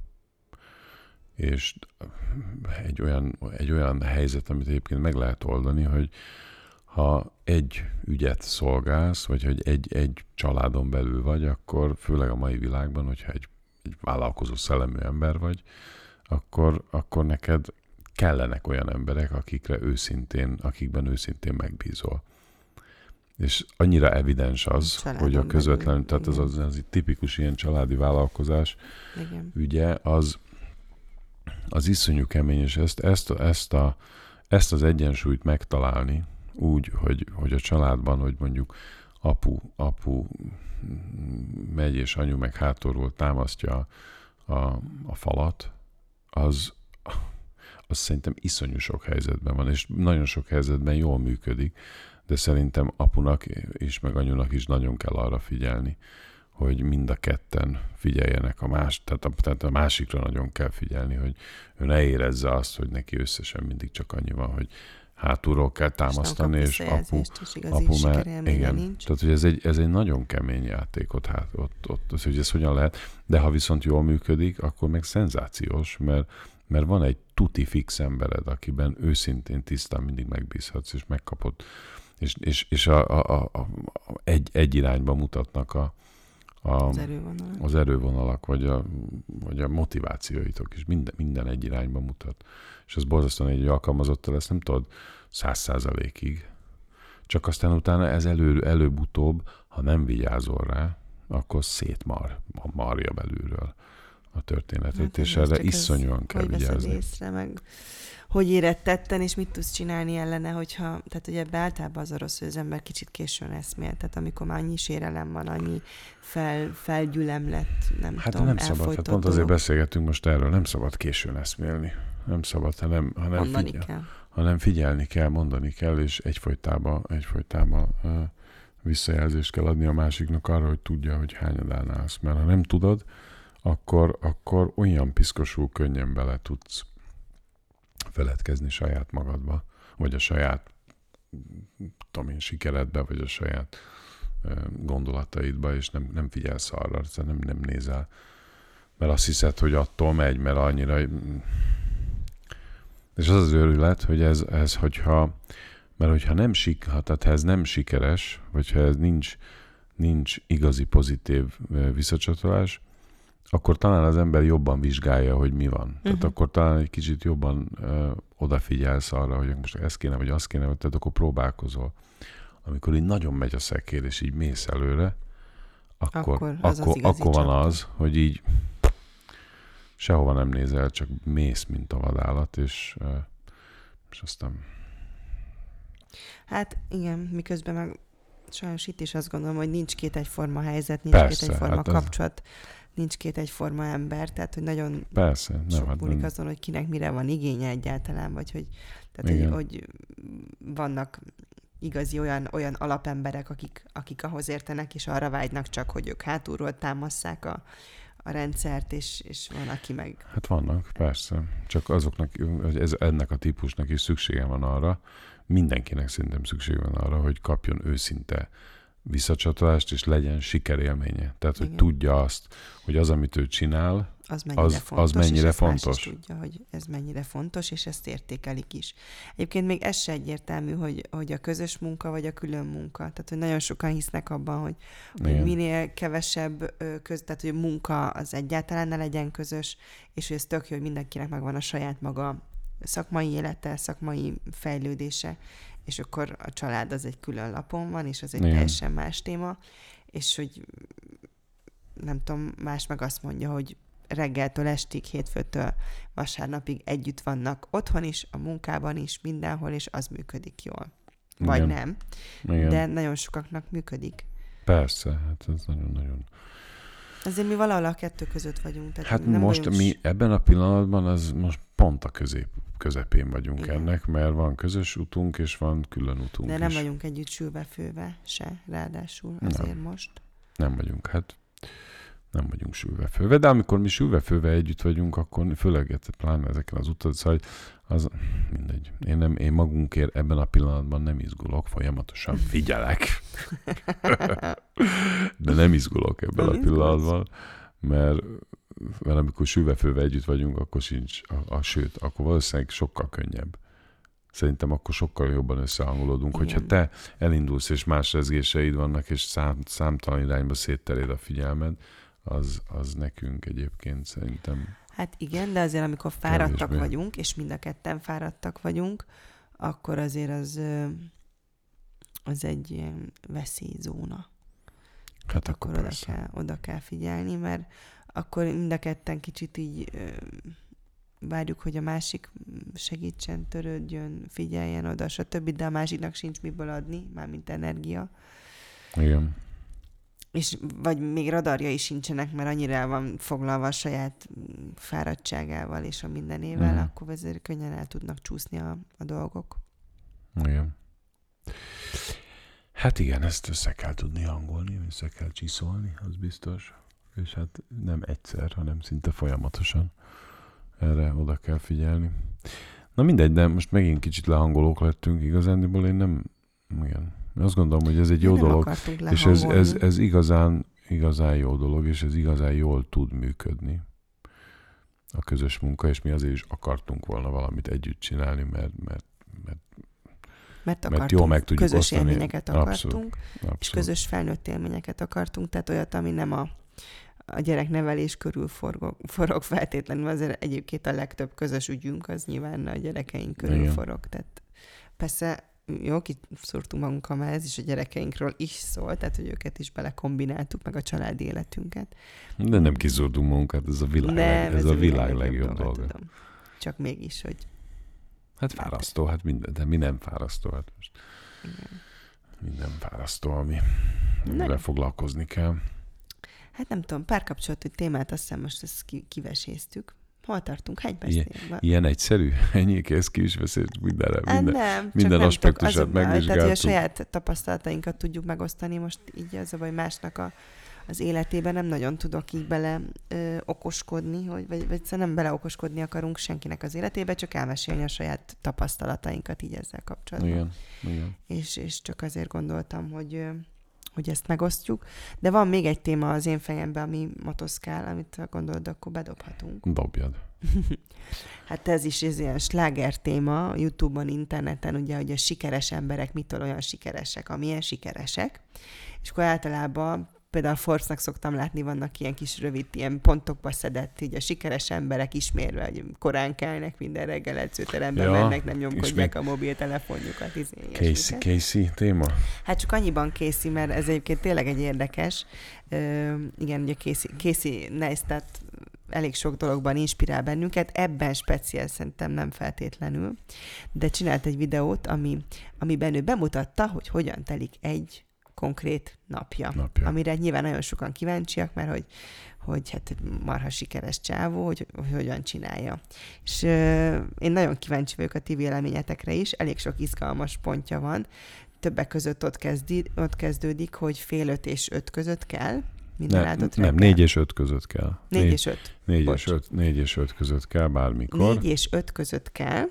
és egy olyan, egy olyan helyzet, amit egyébként meg lehet oldani, hogy ha egy ügyet szolgálsz, vagy hogy egy, egy családon belül vagy, akkor főleg a mai világban, hogyha egy, egy vállalkozó szellemű ember vagy, akkor, akkor neked kellenek olyan emberek, akikre őszintén, akikben őszintén megbízol. És annyira evidens az, családon hogy a közvetlenül, tehát az, az, az egy tipikus ilyen családi vállalkozás igen. ügye, az, az iszonyú kemény, és ezt, ezt, ezt, a, ezt az egyensúlyt megtalálni, úgy, hogy, hogy a családban, hogy mondjuk apu, apu megy, és anyu meg hátulról támasztja a, a falat, az, az szerintem iszonyú sok helyzetben van, és nagyon sok helyzetben jól működik, de szerintem apunak is, meg anyunak is nagyon kell arra figyelni, hogy mind a ketten figyeljenek a más, tehát a, tehát a másikra nagyon kell figyelni, hogy ő ne érezze azt, hogy neki összesen mindig csak annyi van, hogy hátulról kell támasztani, és, és apu, apu már, igen, nincs. Tehát, hogy ez egy, ez egy nagyon kemény játék ott, hát, ott, ott az, hogy ez hogyan lehet, de ha viszont jól működik, akkor meg szenzációs, mert, mert van egy tuti fix embered, akiben őszintén tisztán mindig megbízhatsz, és megkapod, és, és, és a, a, a, a, egy, egy irányba mutatnak a, a, az, erővonalak. az erővonalak, vagy a, vagy a motivációitok is, minden, minden egy irányba mutat. És az borzasztóan egy alkalmazottal, ezt nem tudod száz százalékig. Csak aztán utána ez elő, előbb-utóbb, ha nem vigyázol rá, akkor szétmar, marja belülről a történetet, hát és erre iszonyúan kell hogy vigyázni. Észre, meg hogy érett tetten, és mit tudsz csinálni ellene, hogyha, tehát ugye ebbe általában az a rossz, hogy az ember kicsit későn eszmél, tehát amikor már annyi sérelem van, annyi fel, felgyülem lett, nem hát tudom, nem szabad, hát pont azért beszélgetünk most erről, nem szabad későn eszmélni. Nem szabad, hanem, hanem, figyel, kell. hanem figyelni kell, mondani kell, és egyfolytában, egyfolytában uh, visszajelzést kell adni a másiknak arra, hogy tudja, hogy hányadán állsz. Mert ha nem tudod, akkor, akkor olyan piszkosul könnyen bele tudsz feledkezni saját magadba, vagy a saját tudom én, sikeredbe, vagy a saját uh, gondolataidba, és nem, nem figyelsz arra, nem, nem nézel. Mert azt hiszed, hogy attól megy, mert annyira... És az az őrület, hogy ez, ez hogyha, mert hogyha nem, sik, ha, tehát ha ez nem sikeres, vagy ha ez nincs, nincs igazi pozitív visszacsatolás, akkor talán az ember jobban vizsgálja, hogy mi van. Uh-huh. Tehát akkor talán egy kicsit jobban ö, odafigyelsz arra, hogy most ez kéne, vagy az kéne, tehát akkor próbálkozol. Amikor így nagyon megy a szekér, és így mész előre, akkor, akkor, az akkor, az akkor van az, hogy így sehova nem nézel, csak mész, mint a vadállat, és, és aztán... Hát igen, miközben meg sajnos itt is azt gondolom, hogy nincs két egyforma helyzet, nincs Persze, két egyforma hát kapcsolat, ez... nincs két egyforma ember, tehát hogy nagyon Persze, nem, sok hát múlik nem. azon, hogy kinek mire van igénye egyáltalán, vagy hogy, tehát hogy, hogy vannak igazi olyan, olyan alapemberek, akik, akik ahhoz értenek, és arra vágynak csak, hogy ők hátulról támasszák a, a rendszert, és, és van, aki meg... Hát vannak, persze. Csak azoknak, ez, ennek a típusnak is szüksége van arra, mindenkinek szerintem szüksége van arra, hogy kapjon őszinte visszacsatolást, és legyen sikerélménye. Tehát, hogy Igen. tudja azt, hogy az, amit ő csinál, az mennyire az, fontos, az mennyire és fontos. Más is tudja, hogy ez mennyire fontos, és ezt értékelik is. Egyébként még ez se egyértelmű, hogy, hogy a közös munka, vagy a külön munka. Tehát, hogy nagyon sokan hisznek abban, hogy, hogy minél kevesebb köz, tehát, hogy a munka az egyáltalán ne legyen közös, és hogy ez tök jó, hogy mindenkinek megvan a saját maga szakmai élete, szakmai fejlődése, és akkor a család az egy külön lapon van, és az egy Igen. teljesen más téma, és hogy nem tudom, más meg azt mondja, hogy reggeltől estig, hétfőtől vasárnapig együtt vannak otthon is, a munkában is, mindenhol, és az működik jól. Vagy Igen. nem. Igen. De nagyon sokaknak működik. Persze, hát ez nagyon-nagyon... Azért mi valahol a kettő között vagyunk. Tehát hát nem most mi s... ebben a pillanatban az most pont a közép, közepén vagyunk Igen. ennek, mert van közös utunk, és van külön utunk De nem is. vagyunk együtt sülve-főve se, ráadásul azért nem. most. Nem vagyunk, hát nem vagyunk sülve-főve, de amikor mi sülve-főve együtt vagyunk, akkor főleg pláne ezeken az utat, szóval az mindegy. Én, nem, én magunkért ebben a pillanatban nem izgulok, folyamatosan figyelek. De nem izgulok ebben nem a pillanatban, mert, mert amikor sülve-főve együtt vagyunk, akkor sincs, a, a, sőt, akkor valószínűleg sokkal könnyebb. Szerintem akkor sokkal jobban összehangolódunk, Igen. hogyha te elindulsz, és más rezgéseid vannak, és szám, számtalan irányba szétteréd a figyelmed, az, az nekünk egyébként szerintem... Hát igen, de azért amikor fáradtak kevésbé. vagyunk, és mind a ketten fáradtak vagyunk, akkor azért az, az egy ilyen veszélyzóna. Hát akkor, akkor oda kell, oda kell figyelni, mert akkor mind a ketten kicsit így várjuk, hogy a másik segítsen, törődjön, figyeljen oda, stb., de a másiknak sincs miből adni, mármint energia. Igen. És vagy még radarjai sincsenek, mert annyira el van foglalva a saját fáradtságával és a mindenével, mm. akkor ezért könnyen el tudnak csúszni a, a dolgok. Igen. Hát igen, ezt össze kell tudni hangolni, össze kell csiszolni, az biztos. És hát nem egyszer, hanem szinte folyamatosan erre oda kell figyelni. Na mindegy, de most megint kicsit lehangolók lettünk, igazándiból én nem, igen. Azt gondolom, hogy ez egy jó dolog, és ez, ez, ez igazán, igazán jó dolog, és ez igazán jól tud működni. A közös munka, és mi azért is akartunk volna valamit együtt csinálni, mert, mert, mert, mert, mert jól meg tudjuk közös osztani. élményeket akartunk, abszolút, abszolút. És közös felnőtt élményeket akartunk, tehát olyat, ami nem a, a gyereknevelés körül forog, forog feltétlenül, azért egyébként a legtöbb közös ügyünk az nyilván a gyerekeink körül Igen. forog, tehát persze jó, kiszúrtunk magunkkal, mert ez is a gyerekeinkről is szól, tehát, hogy őket is belekombináltuk, meg a családi életünket. De nem kiszúrtunk magunkat, ez a világ, nem, leg, ez ez a világ, világ legjobb dolga. Tudom. Csak mégis, hogy... Hát fárasztó, hát minden, de mi nem fárasztó, hát most Igen. minden fárasztó, ami amivel foglalkozni kell. Hát nem tudom, párkapcsolatú témát azt hiszem most ezt kiveséztük. Hol tartunk? Hány beszélve? Ilyen, ilyen egyszerű? Ennyi kész ki is beszélt mindenre, minden, nem, minden aspektusát megvizsgáltuk. Tehát, hogy a saját tapasztalatainkat tudjuk megosztani, most így az a baj másnak a, az életében nem nagyon tudok így bele ö, okoskodni, hogy, vagy, vagy nem bele okoskodni akarunk senkinek az életébe, csak elmesélni a saját tapasztalatainkat így ezzel kapcsolatban. Igen, igen. És, és csak azért gondoltam, hogy... Ö, hogy ezt megosztjuk. De van még egy téma az én fejemben, ami motoszkál, amit ha gondolod, akkor bedobhatunk. Dobjad. Hát ez is ez ilyen sláger téma, YouTube-on, interneten, ugye, hogy a sikeres emberek mitől olyan sikeresek, amilyen sikeresek. És akkor általában például a Forbes-nak szoktam látni, vannak ilyen kis rövid, ilyen pontokba szedett, így a sikeres emberek ismérve, hogy korán kelnek, minden reggel edzőterembe ja, mennek, nem nyomkodják a mobiltelefonjukat. Casey, Casey téma? Hát csak annyiban Casey, mert ez egyébként tényleg egy érdekes. Uh, igen, ugye Casey, Casey Neistat elég sok dologban inspirál bennünket, ebben speciál szerintem nem feltétlenül, de csinált egy videót, ami, amiben ő bemutatta, hogy hogyan telik egy konkrét napja, napja, amire nyilván nagyon sokan kíváncsiak, mert hogy, hogy hát marha sikeres csávó, hogy, hogy hogyan csinálja. És euh, én nagyon kíváncsi vagyok a ti véleményetekre is, elég sok izgalmas pontja van, többek között ott, kezdi, ott kezdődik, hogy fél öt és öt között kell minden ne, áldott Nem, reggel. négy és öt között kell. Négy, négy és öt. Négy és öt, négy és öt között kell bármikor. Négy és öt között kell.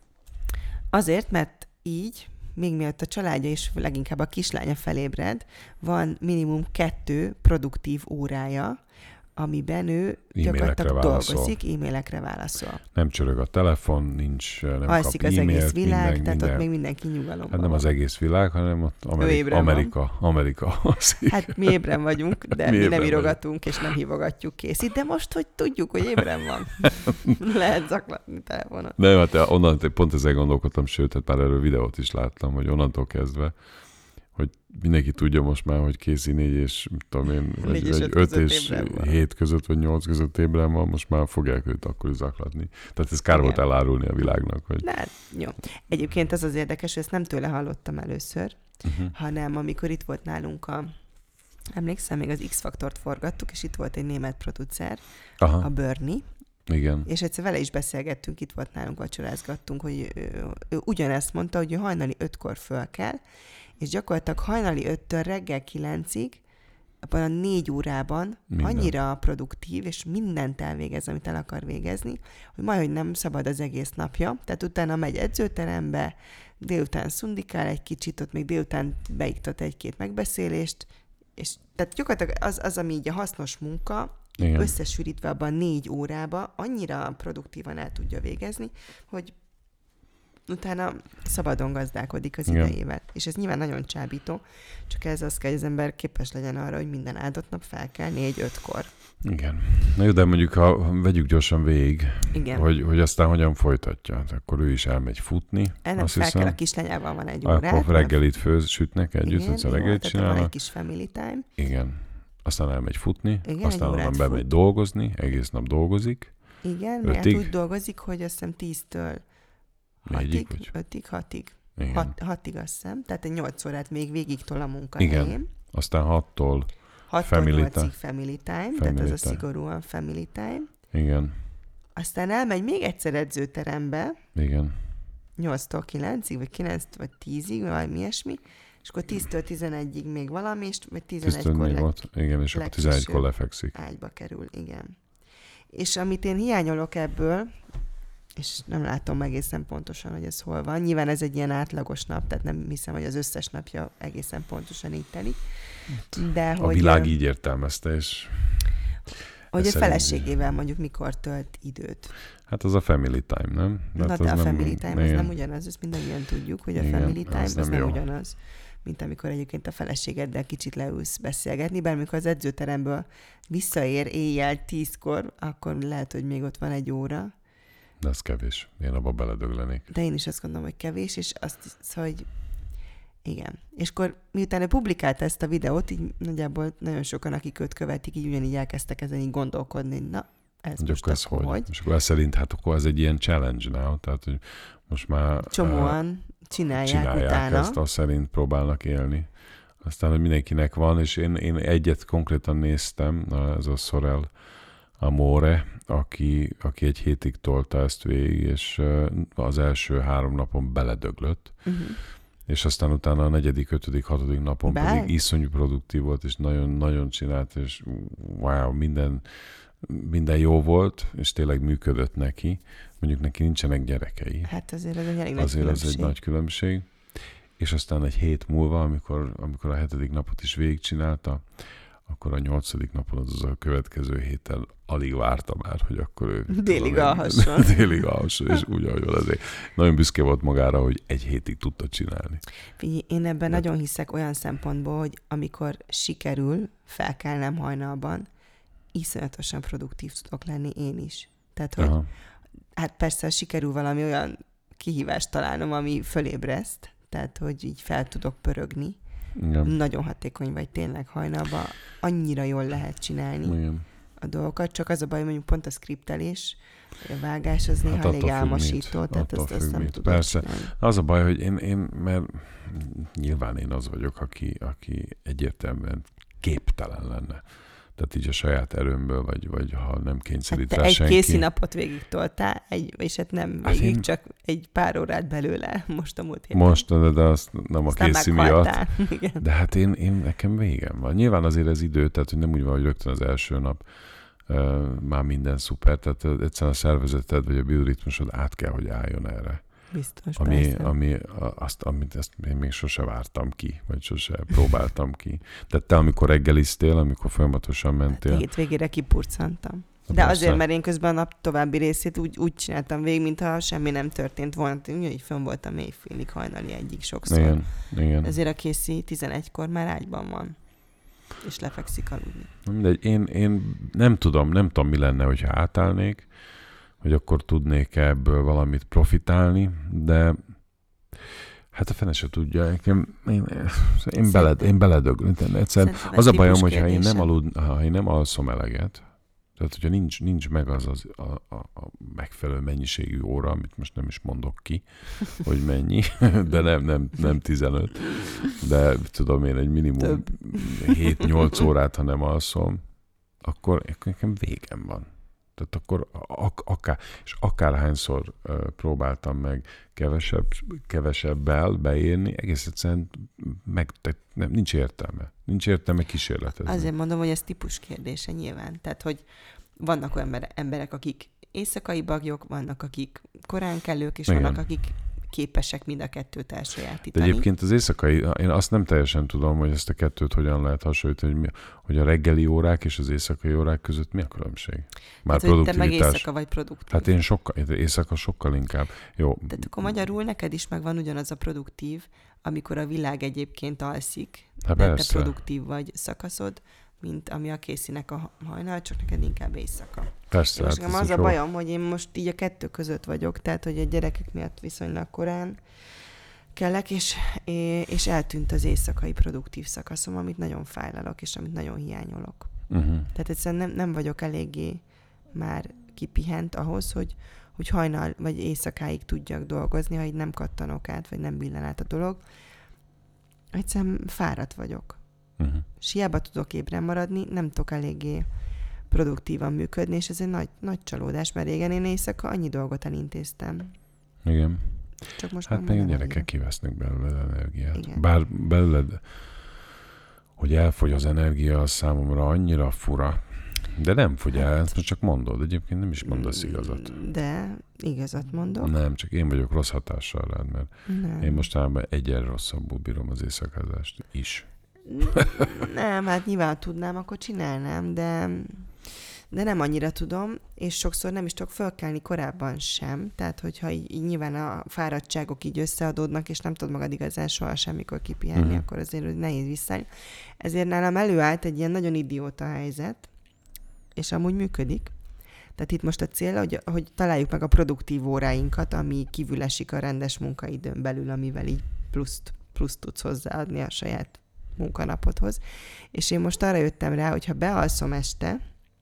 Azért, mert így, még mielőtt a családja és leginkább a kislánya felébred, van minimum kettő produktív órája, amiben ő gyakorlatilag dolgozik, e-mailekre válaszol. Nem csörög a telefon, nincs, nem alszik kap az e-mailt, egész világ, minden, tehát minden. ott még mindenki nyugalomban Hát nem van. az egész világ, hanem ott Amerika. Amerika, Amerika alszik. Hát mi ébren vagyunk, de mi, mi nem írogatunk, és nem hívogatjuk készít, de most, hogy tudjuk, hogy ébren van. Lehet zaklatni telefonon. Nem, hát onnan pont ezzel gondolkodtam, sőt, hát már erről videót is láttam, hogy onnantól kezdve, hogy mindenki tudja most már, hogy Casey négy és tudom én, vagy, vagy öt és hét között, vagy nyolc között ébren van, most már fogják őt akkor is zaklatni. Tehát ez kár Igen. volt elárulni a világnak. Hogy... Na, jó. Egyébként az az érdekes, hogy ezt nem tőle hallottam először, uh-huh. hanem amikor itt volt nálunk a, emlékszem, még az X-faktort forgattuk, és itt volt egy német producer, Aha. a Bernie, Igen. És egyszer vele is beszélgettünk, itt volt nálunk, vacsorázgattunk, hogy ő, ő, ő ugyanezt mondta, hogy ő hajnali ötkor föl kell, és gyakorlatilag hajnali öttől reggel kilencig, abban a négy órában Minden. annyira produktív, és mindent elvégez, amit el akar végezni, hogy majdhogy nem szabad az egész napja. Tehát utána megy edzőterembe, délután szundikál egy kicsit, ott még délután beiktat egy-két megbeszélést, és tehát gyakorlatilag az, az ami így a hasznos munka, Igen. összesűrítve abban négy órába, annyira produktívan el tudja végezni, hogy utána szabadon gazdálkodik az Igen. idejével. És ez nyilván nagyon csábító, csak ez az kell, hogy az ember képes legyen arra, hogy minden áldott nap fel kell négy-ötkor. Igen. Na jó, de mondjuk, ha vegyük gyorsan végig, Igen. Hogy, hogy aztán hogyan folytatja. Akkor ő is elmegy futni. Ennek fel hiszem. kell, a kislányával van egy órát. Akkor reggelit fősütnek együtt, Igen, hogy reggelit csinálnak. Van egy kis family time. Igen. Aztán elmegy futni, Igen, aztán onnan bemegy fut. dolgozni, egész nap dolgozik. Igen, mert úgy dolgozik, hogy azt hiszem tíztől hatig, ötig, hatig. Hat, hatig azt hiszem, tehát egy nyolc órát még végig tol a munkahelyén. Igen, aztán hattól family time. family time, family tehát ez a szigorúan family time. Igen. Aztán elmegy még egyszer edzőterembe. Igen. nyolctól kilencig, vagy kilenctől vagy tízig, vagy valami ilyesmi. És akkor tíztől tizenegyig még valami, és vagy tizenegykor leg, volt. Igen, és akkor tizenegykor lefekszik. Ágyba kerül, igen. És amit én hiányolok ebből, és nem látom egészen pontosan, hogy ez hol van. Nyilván ez egy ilyen átlagos nap, tehát nem hiszem, hogy az összes napja egészen pontosan így telik. De a hogy, világ így értelmezte, és... Hogy a feleségével mondjuk mikor tölt időt. Hát az a family time, nem? Na hát de a family nem, time az nem ugyanaz, ezt mindannyian tudjuk, hogy a igen, family time az, az nem, nem ugyanaz, mint amikor egyébként a feleségeddel kicsit leülsz beszélgetni, bár amikor az edzőteremből visszaér éjjel tízkor, akkor lehet, hogy még ott van egy óra. De az kevés. Én abba beledöglenék. De én is azt gondolom, hogy kevés, és azt, hogy igen. És akkor miután ő publikálta ezt a videót, így nagyjából nagyon sokan, akik őt követik, így ugyanígy elkezdtek ezen így gondolkodni, na, ez Mondjuk most ez akkor hogy? És akkor ez szerint, hát akkor ez egy ilyen challenge now, tehát hogy most már... Csomóan uh, csinálják, csinálják utána. ezt, azt szerint próbálnak élni. Aztán, hogy mindenkinek van, és én, én egyet konkrétan néztem, ez a Sorel Amore, aki, aki egy hétig tolta ezt végig, és az első három napon beledöglött. Uh-huh. És aztán utána a negyedik, ötödik, hatodik napon Bár? pedig iszonyú produktív volt, és nagyon-nagyon csinált, és wow, minden, minden jó volt, és tényleg működött neki. Mondjuk neki nincsenek gyerekei. Hát azért ez egy elég nagy Azért különbség. ez egy nagy különbség. És aztán egy hét múlva, amikor, amikor a hetedik napot is végigcsinálta, akkor a nyolcadik napon, az a következő héten alig várta már, hogy akkor ő... Délig alhasson. Délig alhasson, és úgy, ahogy van azért. Nagyon büszke volt magára, hogy egy hétig tudta csinálni. Figyelj, én ebben De... nagyon hiszek olyan szempontból, hogy amikor sikerül felkelnem hajnalban, iszonyatosan produktív tudok lenni én is. Tehát, hogy Aha. hát persze sikerül valami olyan kihívást találnom, ami fölébreszt, tehát, hogy így fel tudok pörögni. Igen. Nagyon hatékony vagy tényleg hajnalban, annyira jól lehet csinálni Igen. a dolgokat, csak az a baj, hogy mondjuk pont a skriptelés, a vágás az néha hát elég álmosító, tehát azt, azt nem tudod Persze. csinálni. Az a baj, hogy én, én, mert nyilván én az vagyok, aki, aki egyértelműen képtelen lenne. Tehát így a saját erőmből, vagy, vagy ha nem kényszerít hát rá egy senki. egy készi napot végig toltál, egy, és hát nem végig, hát én... csak egy pár órát belőle most a múlt héten. Most, de, de azt nem Aztán a készi miatt. Igen. De hát én, én nekem végem van. Nyilván azért ez idő, tehát hogy nem úgy van, hogy rögtön az első nap uh, már minden szuper, tehát egyszerűen a szervezeted vagy a bioritmusod át kell, hogy álljon erre. Biztos, ami, ami, azt, amit ezt én még sose vártam ki, vagy sose próbáltam ki. De te, amikor reggeliztél, amikor folyamatosan mentél... Hát hétvégére kipurcantam. De persze. Azért, mert én közben a nap további részét úgy, úgy csináltam végig, mintha semmi nem történt volna. Én úgy fönn voltam mélyfélig, hajnali egyik sokszor. Igen, igen. Ezért a Készi tizenegykor már ágyban van. És lefekszik aludni. Mindegy, én, én nem tudom, nem tudom, mi lenne, hogyha átállnék, hogy akkor tudnék ebből valamit profitálni, de hát a fene se tudja. Én, én, én, beled, én beledöglök. Az a bajom, hogyha én nem, alud, ha én nem alszom eleget, tehát hogyha nincs, nincs meg az, az a, a, a megfelelő mennyiségű óra, amit most nem is mondok ki, hogy mennyi, de nem, nem, nem tizenöt, de tudom én egy minimum hét-nyolc órát, ha nem alszom, akkor nekem végem van. Tehát akkor ak- akár, és akárhányszor uh, próbáltam meg kevesebb, kevesebbel beérni, egész egyszerűen meg, nem, nincs értelme. Nincs értelme kísérletezni. Azért mondom, hogy ez típus kérdése nyilván. Tehát, hogy vannak olyan emberek, akik éjszakai bagyok, vannak, akik korán kellők, és igen. vannak, akik képesek mind a kettőt elsajátítani. De egyébként az éjszakai, én azt nem teljesen tudom, hogy ezt a kettőt hogyan lehet hasonlítani, hogy, mi, hogy a reggeli órák és az éjszakai órák között mi a különbség? Már hát, hogy te meg éjszaka vagy produktív. Hát én sokkal, éjszaka sokkal inkább. Jó. Tehát akkor magyarul neked is megvan ugyanaz a produktív, amikor a világ egyébként alszik, hát de persze. te produktív vagy szakaszod, mint ami a Készinek a hajnal, csak neked inkább éjszaka. Persze. Most hát az a bajom, hogy én most így a kettő között vagyok, tehát hogy a gyerekek miatt viszonylag korán kellek, és, és eltűnt az éjszakai produktív szakaszom, amit nagyon fájlalok, és amit nagyon hiányolok. Uh-huh. Tehát egyszerűen nem, nem vagyok eléggé már kipihent ahhoz, hogy, hogy hajnal vagy éjszakáig tudjak dolgozni, ha így nem kattanok át, vagy nem billen át a dolog. Egyszerűen fáradt vagyok. Uh-huh. És hiába tudok ébren maradni, nem tudok eléggé produktívan működni, és ez egy nagy, nagy csalódás, mert régen én éjszaka annyi dolgot elintéztem. Igen. Csak most hát meg a gyerekek kivesznek belőle energiát. Igen. Bár belőled, hogy elfogy az energia, az számomra annyira fura. De nem fogy el, hát, csak mondod. Egyébként nem is mondasz igazat. De igazat mondok. Nem, csak én vagyok rossz hatással rád, mert nem. Én mostanában egyen rosszabbul bírom az éjszakázást is. Nem, hát nyilván tudnám, akkor csinálnám, de, de nem annyira tudom, és sokszor nem is tudok fölkelni korábban sem, tehát hogyha így, így nyilván a fáradtságok így összeadódnak, és nem tudod magad igazán soha semmikor kipihenni, uh-huh. akkor azért nehéz visszaállni. Ezért nálam előállt egy ilyen nagyon idióta helyzet, és amúgy működik. Tehát itt most a cél, hogy, hogy találjuk meg a produktív óráinkat, ami kívül esik a rendes munkaidőn belül, amivel így pluszt, pluszt tudsz hozzáadni a saját munkanapodhoz. És én most arra jöttem rá, hogy ha bealszom este,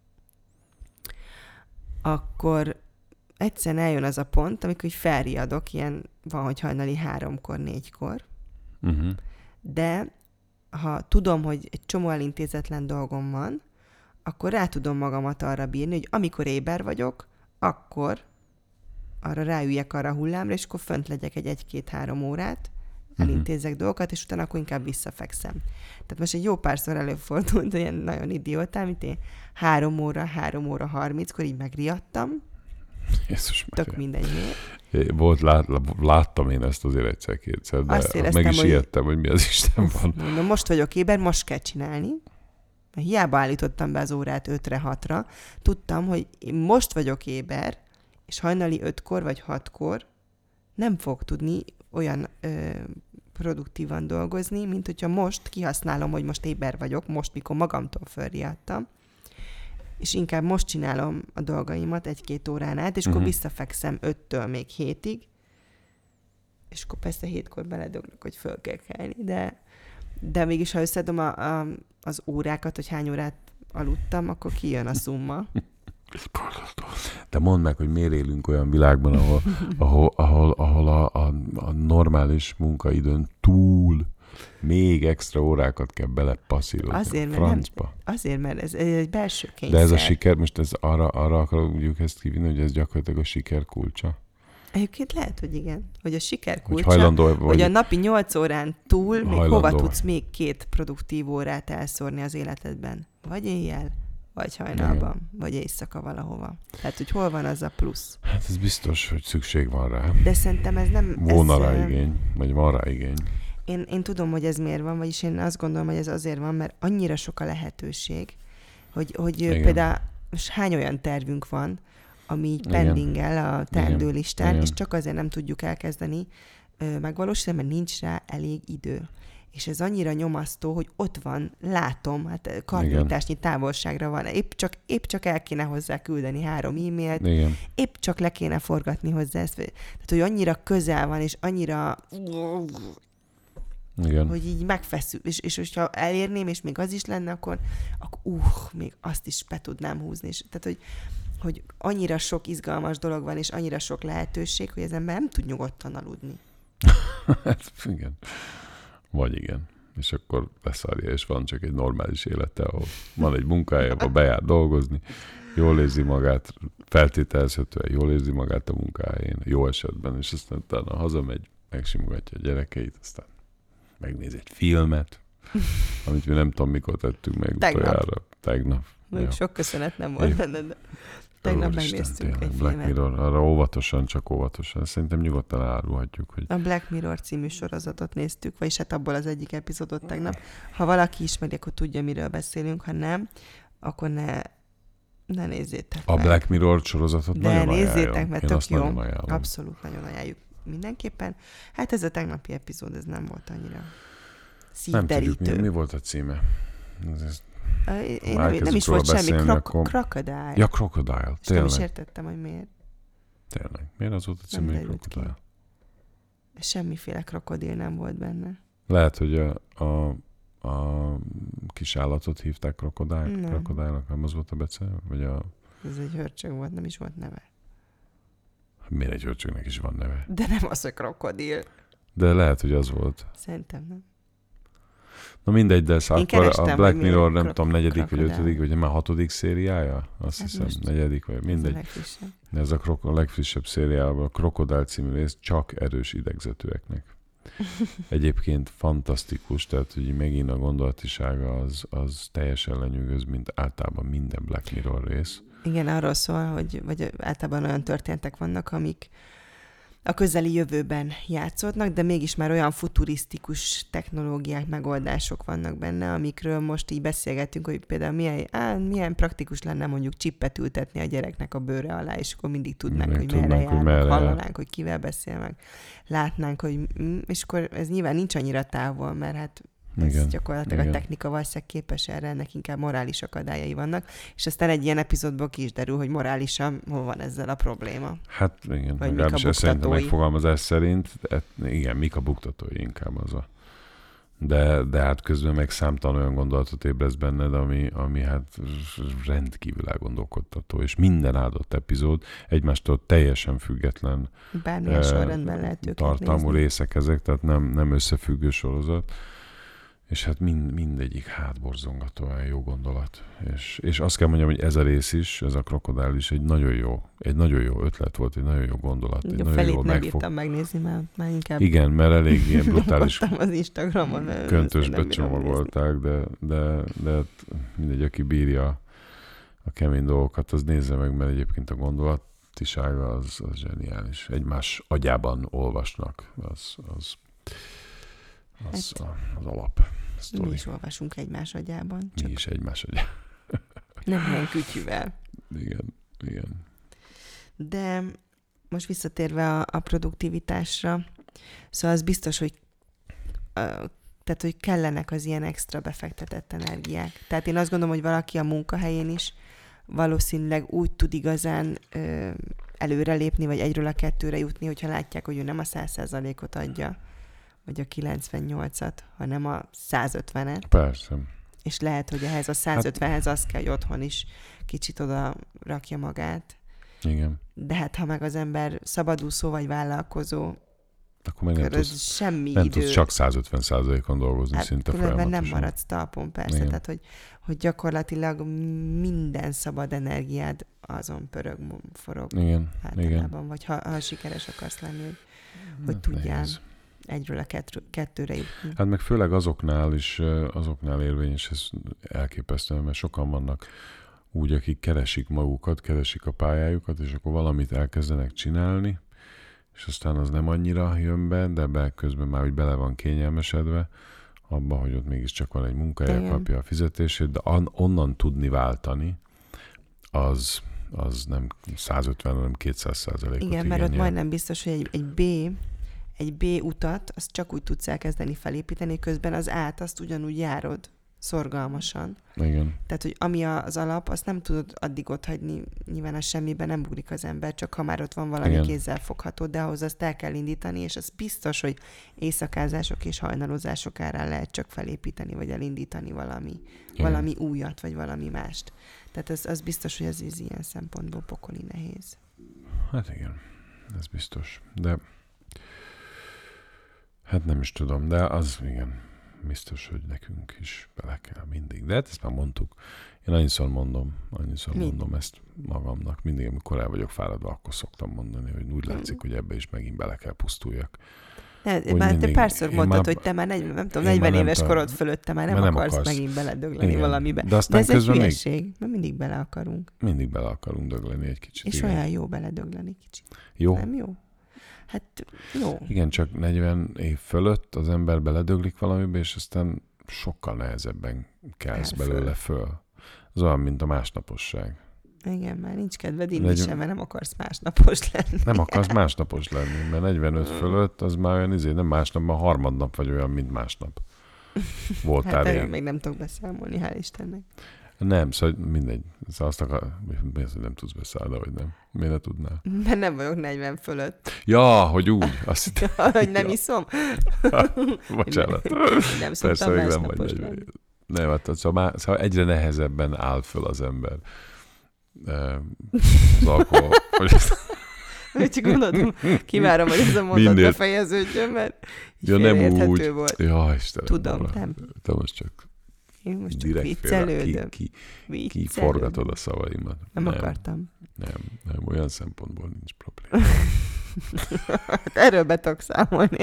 akkor egyszerűen eljön az a pont, amikor így felriadok, ilyen van, hogy hajnali háromkor, négykor, uh-huh. de ha tudom, hogy egy csomó elintézetlen dolgom van, akkor rá tudom magamat arra bírni, hogy amikor éber vagyok, akkor arra ráüljek arra a hullámra, és akkor fönt legyek egy egy-két-három órát, elintézek uh-huh. dolgokat, és utána akkor inkább visszafekszem. Tehát most egy jó párszor előfordult, olyan nagyon idiótál, mint én három óra, három óra harminckor így megriadtam. Jézus Tök Mária. mindegy miért. Volt, lát, láttam én ezt azért egyszer-kétszer, de éreztem, meg is hogy... ijedtem, hogy mi az Isten van. Na, most vagyok éber, most kell csinálni. Hiába állítottam be az órát ötre, hatra. Tudtam, hogy én most vagyok éber, és hajnali ötkor vagy hatkor nem fog tudni olyan ö, produktívan dolgozni, mint hogyha most kihasználom, hogy most éber vagyok, most, mikor magamtól fölriadtam, és inkább most csinálom a dolgaimat egy-két órán át, és uh-huh. akkor visszafekszem öttől még hétig, és akkor persze hétkor beledöglök, hogy föl kell kelni, de, de mégis, ha összedom a, a, az órákat, hogy hány órát aludtam, akkor kijön a szumma. De mondd meg, hogy miért élünk olyan világban, ahol, ahol, ahol, ahol a, a, a normális munkaidőn túl Még extra órákat kell belepasszírozni azért, a mert francba. Nem, azért, mert ez egy belső kényszer. De ez a siker, most ez arra, arra akarjuk ezt kivinni, hogy ez gyakorlatilag a siker kulcsa. Egyébként lehet, hogy igen. Hogy a siker Hogy kulcsa, hajlandó vagy, hogy a napi nyolc órán túl még hajlandó. hova tudsz még két produktív órát elszórni az életedben. Vagy éjjel, vagy hajnalban, igen. vagy éjszaka valahova. Tehát, hogy hol van az a plusz. Hát ez biztos, hogy szükség van rá. De szerintem ez nem... Volna ez, rá igény, vagy van rá igény. Én, én tudom, hogy ez miért van, vagyis én azt gondolom, hogy ez azért van, mert annyira sok a lehetőség, hogy, hogy például most hány olyan tervünk van, ami így pendingel a teendő listán, igen. és csak azért nem tudjuk elkezdeni ö, megvalósítani, mert nincs rá elég idő. És ez annyira nyomasztó, hogy ott van, látom, hát karnyújtásnyi távolságra van. Épp csak, épp csak el kéne hozzá küldeni három e-mailt, igen. épp csak le kéne forgatni hozzá ezt. Tehát, hogy annyira közel van, és annyira... Igen. Hogy így megfeszül, és, és hogyha elérném, és még az is lenne, akkor, akkor uh, még azt is be tudnám húzni. És, tehát, hogy, hogy annyira sok izgalmas dolog van, és annyira sok lehetőség, hogy az ember nem tud nyugodtan aludni. Hát igen. Vagy igen. És akkor leszarja, és van csak egy normális élete, ahol van egy munkája, ahol bejár dolgozni, jól érzi magát, feltételezhetően jól érzi magát a munkáján, jó esetben, és aztán utána hazamegy, megsimogatja a gyerekeit, aztán megnéz egy filmet, amit mi nem tudom, mikor tettünk meg Tegnap. utoljára. Tegnap. Még sok köszönet nem volt benne, de tegnap Úristen, megnéztünk tényleg, egy Black filmet. Mirror, arra óvatosan, csak óvatosan. Szerintem nyugodtan elárulhatjuk, hogy... A Black Mirror című sorozatot néztük, vagyis hát abból az egyik epizódot tegnap. Ha valaki ismeri, akkor tudja, miről beszélünk, ha nem, akkor ne, ne nézzétek A meg. Black Mirror sorozatot De nagyon nézzétek, ajánlom. mert Én tök azt jó. nagyon ajánlom. Abszolút nagyon ajánljuk mindenképpen. Hát ez a tegnapi epizód, ez nem volt annyira szívderítő. Nem tudjuk, mi, mi volt a címe. Ez, ez, Én nem, nem is volt semmi. Krok- akkor... Crocodile. Ja, Crocodile. És nem is értettem, hogy miért. Tényleg. Miért az volt a címe, hogy Crocodile? Semmiféle krokodil nem volt benne. Lehet, hogy a, a, a kis állatot hívták Crocodile, Crocodile-nak, nem az volt a bece? Vagy a... Ez egy hörcsög volt, nem is volt neve. Miért egy hörcsögnek is van neve? De nem az, hogy krokodil. De lehet, hogy az volt. Szerintem nem. Na mindegy, de ez akkor kerestem, a Black Mirror, nem krok- tudom, negyedik krokodil. vagy ötödik, vagy már hatodik szériája? Azt Hát hiszem, negyedik, vagy mindegy. Ez a Ez a, krok- a legfrissebb szériában, a Crocodile című rész csak erős idegzetőeknek. Egyébként fantasztikus, tehát hogy megint a gondolatisága az, az teljesen lenyűgöz, mint általában minden Black Mirror rész. Igen, arról szól, hogy vagy általában olyan történetek vannak, amik a közeli jövőben játszódnak, de mégis már olyan futurisztikus technológiák, megoldások vannak benne, amikről most így beszélgetünk, hogy például milyen, á, milyen praktikus lenne mondjuk csippet ültetni a gyereknek a bőre alá, és akkor mindig tudnánk, Mindig hogy tudnánk, merre hogy járnak, merre hallanánk, jár. hogy kivel beszél meg, látnánk, hogy és akkor ez nyilván nincs annyira távol, mert hát ez Igen, gyakorlatilag igen. a technika valószínűleg képes erre, ennek inkább morális akadályai vannak, és aztán egy ilyen epizódból ki is derül, hogy morálisan hol van ezzel a probléma. Hát igen, Vagy legalábbis mik a ez szerintem buktatói. megfogalmazás szerint, et, igen, mik a buktatói inkább az a... De, de hát közben meg számtalan olyan gondolatot ébreszt benned, ami, ami hát rendkívül elgondolkodtató, és minden áldott epizód egymástól teljesen független Bármilyen eh, sorrendben lehet őket tartalmú nézni. részek ezek, tehát nem, nem összefüggő sorozat. És hát mind, mindegyik hátborzongatóan jó gondolat. És, és azt kell mondjam, hogy ez a rész is, ez a Crocodile is egy nagyon jó, egy nagyon jó ötlet volt, egy nagyon jó gondolat. Egy A nagyon felét jól nem megfog... bírtam megnézni, már, már inkább Igen, mert elég ilyen brutális az Instagramon. köntösbe csomagolták, de, de, de hát mindegy, aki bírja a kemény dolgokat, az nézze meg, mert egyébként a gondolatisága az, az zseniális. Egymás agyában olvasnak, az, az, az, Hát, az alap. Mi Sztori. is olvasunk egymás agyában. Csak Mi is egymás agyában. nem ilyen kütyüvel. Igen, igen. De most visszatérve a, a produktivitásra, szóval az biztos, hogy uh, tehát, hogy kellenek az ilyen extra befektetett energiák. Tehát én azt gondolom, hogy valaki a munkahelyén is valószínűleg úgy tud igazán ö, előrelépni, vagy egyről a kettőre jutni, hogyha látják, hogy ő nem a száz százalékot adja, vagy a kilencvennyolcat, hanem a százötvenet. Persze. És lehet, hogy ehhez a százötvenhez az kell, hogy otthon is kicsit oda rakja magát. Igen. De hát, ha meg az ember szabadúszó vagy vállalkozó, akkor meg nem tudsz, semmi nem idő. tudsz csak százötven százalékon dolgozni hát szinte különben folyamatosan. nem maradsz talpon, persze. Igen. Tehát, hogy, hogy gyakorlatilag minden szabad energiád azon pörög, forog. Igen, általában. igen. Vagy ha, ha sikeres akarsz lenni, hogy, hogy Hát tudjál nehéz. egyről a kettő, kettőre jutni. Hát meg főleg azoknál is, azoknál érvényes, ez elképesztő, mert sokan vannak úgy, akik keresik magukat, keresik a pályájukat, és akkor valamit elkezdenek csinálni, és aztán az nem annyira jön be, de be közben már úgy bele van kényelmesedve abba, hogy ott mégiscsak van egy munkája, Igen. kapja a fizetését, de on, onnan tudni váltani, az, az nem százötven, hanem kétszáz százalékot Igen, igényel. mert ott majdnem biztos, hogy egy, egy B egy B utat, azt csak úgy tudsz elkezdeni felépíteni, közben az át, azt ugyanúgy járod szorgalmasan. Igen. Tehát, hogy ami az alap, azt nem tudod addig ott hagyni, nyilván a semmiben nem bugrik az ember, csak ha már ott van valami Igen. kézzel fogható, de ahhoz azt el kell indítani, és az biztos, hogy éjszakázások és hajnalozások árán lehet csak felépíteni, vagy elindítani valami, Igen. valami újat, vagy valami mást. Tehát az, az biztos, hogy ez, ez ilyen szempontból pokoli nehéz. Hát igen, ez biztos. De hát nem is tudom, de az igen, biztos, hogy nekünk is bele kell mindig. De hát ezt már mondtuk. Én annyiszor mondom, annyiszor Mi? mondom ezt magamnak. Mindig, amikor el vagyok fáradva, akkor szoktam mondani, hogy úgy látszik, hogy ebbe is megint bele kell pusztuljak. Ne, Hogy már te mindig- párszor én mondtad, már- hogy te már negy, nem tudom, én már negyven nem éves tudom. korod fölött te már nem, Már nem akarsz akarsz. megint beledögleni Igen. valamibe. De De, aztán ez egy közben még- hülyeség, mert mindig bele akarunk. Mindig bele akarunk dögleni egy kicsit. És igen. olyan jó beledögleni kicsit. Jó? Nem jó? Hát jó. Igen, csak negyven év fölött az ember beledöglik valamibe, és aztán sokkal nehezebben kelsz Kell föl. belőle föl. Az olyan, mint a másnaposság. Igen, már nincs kedved inni Negyven- sem, mert nem akarsz másnapos lenni. Nem akarsz másnapos lenni, mert negyvenöt fölött az már olyan izé, nem másnap, már harmadnap vagy olyan, mint másnap. Voltál Hát erről ilyen. még nem tudok beszámolni, hál' Istennek. Nem, szóval mindegy. Szóval azt akar, mi az, hogy nem tudsz beszállni, vagy nem? Miért ne tudnál? Mert nem vagyok negyven fölött. Ja, hogy úgy. Azt hittem, Hogy nem Ja. iszom. bocsánat. Nem Persze, szoktam még nem vagy másnapos negyven. lenni. Nem, hát az, szóval, már, szóval egyre nehezebben áll föl az ember. Eh, Az alkohol. Úgy csak gondolom, kivárom, hogy ez a mondat Minél- befejeződjön, mert így Ja, nem félreérthető úgy. volt. Ja, Istenem. Tudom, Nóra. nem. Te most csak Én most csak direkt félre, viccelődöm. ki, ki, Viccelődöm. kiforgatod a szavaimat. Nem, nem akartam. Nem, nem, olyan szempontból nincs probléma. Hát erről be tudok számolni.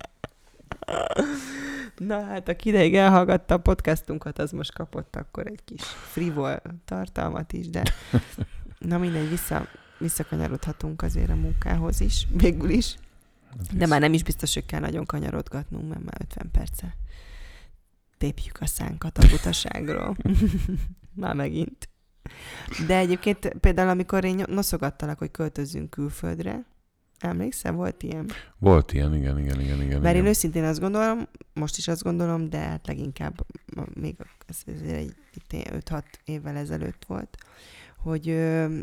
Na hát, aki ideig elhallgatta a podcastunkat, az most kapott akkor egy kis frivol tartalmat is, de na mindegy, vissza, visszakanyarodhatunk azért a munkához is, végül is. De már nem is biztos, hogy kell nagyon kanyarodgatnunk, mert már ötven perce tépjük a szánkat a butaságról. Már megint. De egyébként például, amikor én noszogattalak, hogy költözzünk külföldre, emlékszel, volt ilyen? Volt ilyen, igen, igen, igen, igen. Mert én igen. őszintén azt gondolom, most is azt gondolom, de hát leginkább még ez egy öt-hat évvel ezelőtt volt, hogy ö,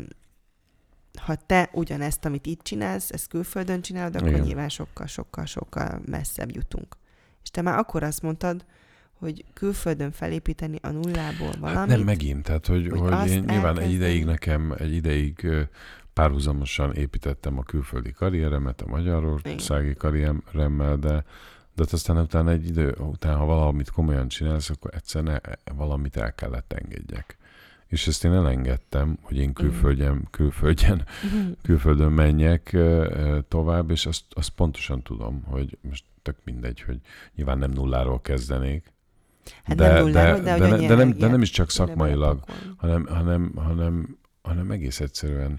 ha te ugyanezt, amit itt csinálsz, ezt külföldön csinálod, akkor Igen. nyilván sokkal, sokkal, sokkal messzebb jutunk. És te már akkor azt mondtad, hogy külföldön felépíteni a nullából valamit. Hát nem megint, tehát hogy, hogy hogy, azt én nyilván egy elkezdeni. ideig nekem, egy ideig ö, párhuzamosan építettem a külföldi karrieremet, a magyarországi karrieremmel, de, de hát aztán utána egy idő után, ha valamit komolyan csinálsz, akkor egyszer ne, valamit el kellett engedjek. És ezt én elengedtem, hogy én külföldjen, külföldjen, külföldön menjek ö, tovább, és azt, azt pontosan tudom, hogy most tök mindegy, hogy nyilván nem nulláról kezdenék, Hát de, nem nulláról, de, de, de, hogy de, de, nem, de energiát nem is csak bele szakmailag, belepakolni. hanem, hanem, hanem, hanem egész egyszerűen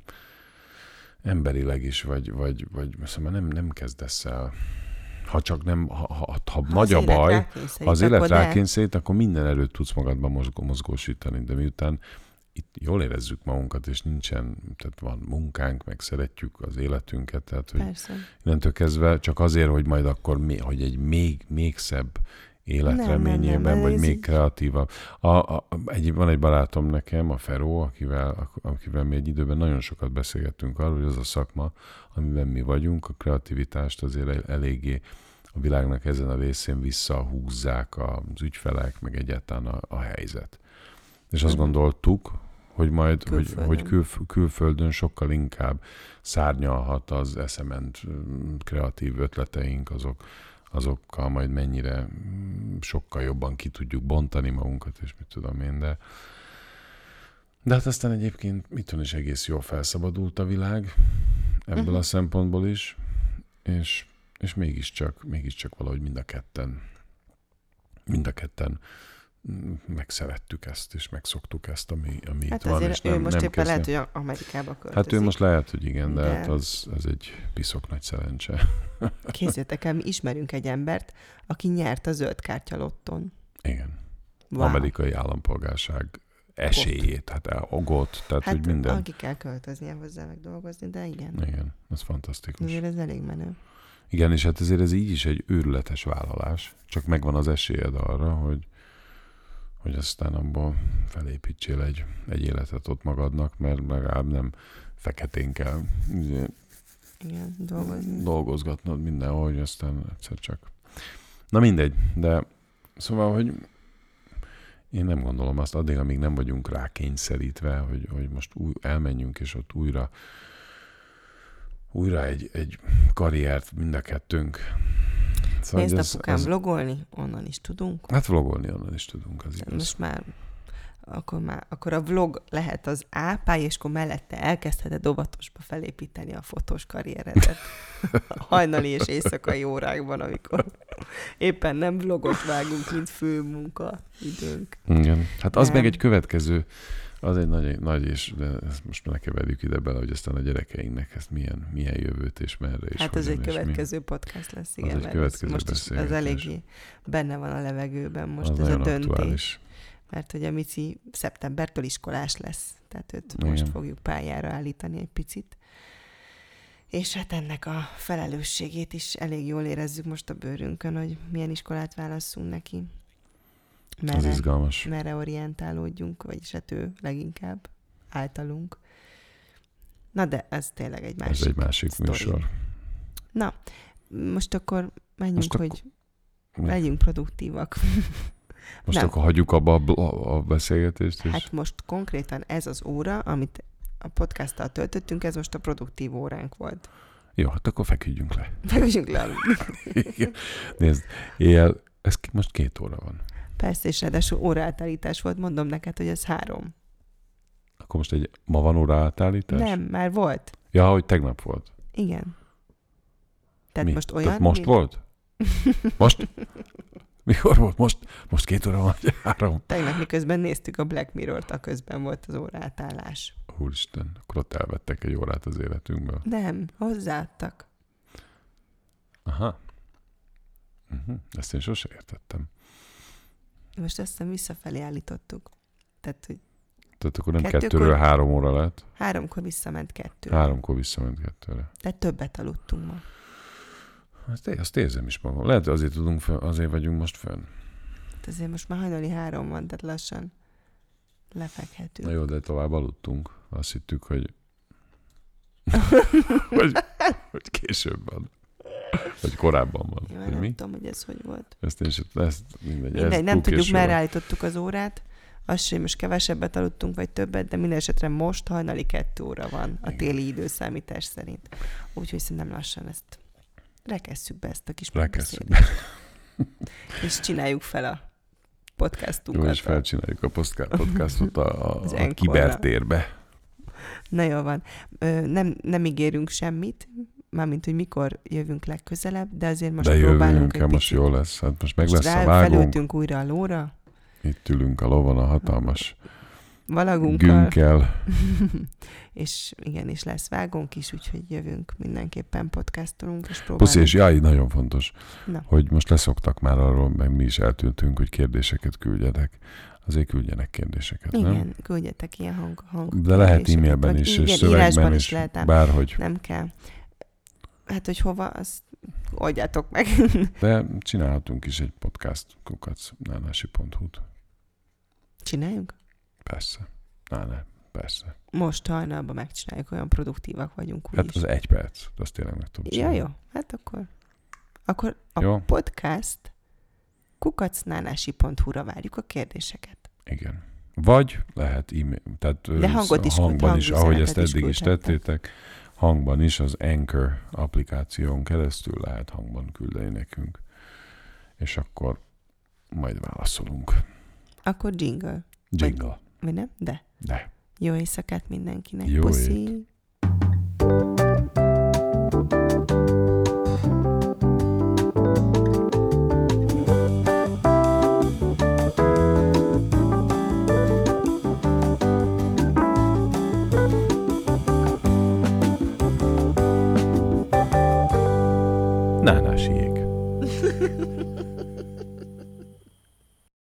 emberileg is, vagy, vagy, vagy szóval nem, nem kezdesz el. Ha csak nem, ha, ha, ha, ha nagy a az élet baj, rákényszerít, ha az élet akkor de- rákényszerít, akkor minden erőt tudsz magadban mozgó, mozgósítani, de miután itt jól érezzük magunkat, és nincsen, tehát van munkánk, meg szeretjük az életünket, tehát hogy Persze. innentől kezdve csak azért, hogy majd akkor még, hogy egy még, még szebb életreményében, Nem, nem, nem, vagy ez még így- kreatívabb. A, a, egy, van egy barátom nekem, a Feró, akivel, akivel mi egy időben nagyon sokat beszélgettünk arról, hogy az a szakma, amiben mi vagyunk, a kreativitást azért eléggé a világnak ezen a részén visszahúzzák az ügyfelek, meg egyáltalán a, a helyzet. És azt gondoltuk, hogy majd Külföldön. hogy, hogy külf, külföldön sokkal inkább szárnyalhat az eszement kreatív ötleteink, azok, azokkal majd mennyire sokkal jobban ki tudjuk bontani magunkat, és mit tudom én, de de hát aztán egyébként itthon is egész jól felszabadult a világ ebből uh-huh. a szempontból is, és, és mégiscsak, mégiscsak valahogy mind a ketten mind a ketten megszerettük ezt, és megszoktuk ezt, ami, ami hát itt van, és nem, ő most nem éppen kezdve. lehet, hogy Amerikába költözik. Hát ő most lehet, hogy igen, de, de... Hát de... az, az egy piszok nagy szerencse. Képzeljétek el, mi ismerünk egy embert, aki nyert a zöld kártya lotton. Igen. Wow. Amerikai állampolgárság esélyét, hát a got, tehát hát hogy minden. aki kell költöznie hozzá meg dolgozni, de igen. Igen, ez fantasztikus. Azért ez elég menő. Igen, és hát ezért ez így is egy őrületes vállalás, csak megvan az esélyed arra, hogy, hogy aztán abból felépítsél egy, egy életet ott magadnak, mert legalább nem feketén kell igen, dolgozni. dolgozgatnod mindenhol, hogy aztán egyszer csak. Na mindegy, de szóval, hogy én nem gondolom azt, addig, amíg nem vagyunk rá kényszerítve, hogy, hogy most új, elmenjünk, és ott újra újra egy, egy karriert mind a kettőnk. Szóval nézd, ez, apukám, az... vlogolni, onnan is tudunk. Hát vlogolni onnan is tudunk, az igaz. Most már akkor, már, akkor a vlog lehet az A pály, és akkor mellette elkezdheted óvatosba felépíteni a fotós karrieredet. Hajnali és éjszakai órákban, amikor éppen nem vlogot vágunk, mint fő munka időnk. Igen. Hát az nem. meg egy következő, az egy nagy, nagy és de ezt most ne keverjük ide bele, hogy aztán a gyerekeinknek ezt milyen, milyen jövőt és merre és hát ez egy következő mi... podcast lesz, igen. Az egy következő most is az eléggé benne van a levegőben most az ez a döntés. Aktuális. Mert hogy a Mici szeptembertől iskolás lesz, tehát őt igen. most fogjuk pályára állítani egy picit. És hát ennek a felelősségét is elég jól érezzük most a bőrünkön, hogy milyen iskolát válasszunk neki. Merre, az izgalmas. Merre orientálódjunk, vagyis hát ő leginkább általunk. Na de ez tényleg egy másik Ez egy másik sztori. Műsor. Na, most akkor menjünk, most hogy ak- legyünk produktívak. Most Nem. akkor hagyjuk abba a, a beszélgetést is? Hát most konkrétan ez az óra, amit a podcasttal töltöttünk, ez most a produktív óránk volt. Jó, hát akkor feküdjünk le. Feküdjünk le. Nézd, éjjel, ez most két óra van. Persze, és ráadásul óraátállítás volt, mondom neked, hogy ez három. Akkor most egy, ma van óraátállítás? Nem, már volt. Ja, hogy tegnap volt. Igen. Tehát Mi? most olyan... Tehát most mi? Volt? Most? Mikor volt? Most, most két óra van, három. Tegnap miközben néztük a Black Mirror-t, a közben volt az óraátállás. Úristen, akkor ott elvettek egy órát az életünkből. Nem, hozzáadtak. Aha. Uh-huh. Ezt én sose értettem. Most azt hiszem visszafelé állítottuk. Tehát, hogy Tehát akkor nem kettőkor, kettőről három óra lett? Háromkor visszament kettőre. Háromkor visszament kettőre. Tehát többet aludtunk ma. Azt, azt érzem is magam. Lehet, hogy azért, tudunk fönn, azért vagyunk most fönn. Hát azért most már hajnali három van, tehát lassan lefekhetünk. Na jó, de tovább aludtunk. Azt hittük, hogy, hogy, hogy később van. Vagy korábban van. Jó, nem mi? tudom, hogy ez hogy volt. Ezt én sem, ezt mindegy. mindegy ez nem tudjuk, merre állítottuk az órát. Azt sem, most kevesebbet aludtunk, vagy többet, de minden esetre most hajnali kettő óra van a téli időszámítás szerint. Úgyhogy szerintem lassan ezt rekesszük be ezt a kis megbeszélést. És csináljuk fel a podcastunkat. Jó, és felcsináljuk a podcastot a, a, a kibertérbe. Na jó van. Nem, nem ígérünk semmit, mármint, hogy mikor jövünk legközelebb, de azért most de próbálunk jövünk, egy most jó lesz. Hát most meg most lesz a vágónk. Felültünk újra a lóra. Itt ülünk a lovon, a hatalmas valagunkkal. Günkkel. És igen, és lesz vágónk is, úgyhogy jövünk, mindenképpen podcastolunk, és próbálunk. Puszi, és jaj, nagyon fontos, Na. hogy most leszoktak már arról, meg mi is eltűntünk, hogy kérdéseket küldjetek. Azért küldjenek kérdéseket, igen, nem? Igen, küldjetek ilyen hang, hang de lehet e-mailben is, és szövegben is, lehet, bárhogy. Nem kell. Hát, hogy hova, azt oldjátok meg. De csinálhatunk is egy podcast, kukac nánási pont hu-t. Csináljunk? Persze. Á, ne, persze. Most hajnalban megcsináljuk, olyan produktívak vagyunk. Hát is. az egy perc, azt tényleg meg tudom csinálni. Ja, jó. Hát akkor, akkor a jó. podcast kukacnánási pont hu-ra várjuk a kérdéseket. Igen. Vagy lehet e-mail, tehát De hangot is, hangban is, ahogy ezt is eddig is tettétek, hangban is az Anchor applikáción keresztül lehet hangban küldeni nekünk. És akkor majd válaszolunk. Akkor jingle. Jingle. Vagy, vagy nem? De. De. Jó éjszakát mindenkinek. Jó Puszi. ét. Nánásé.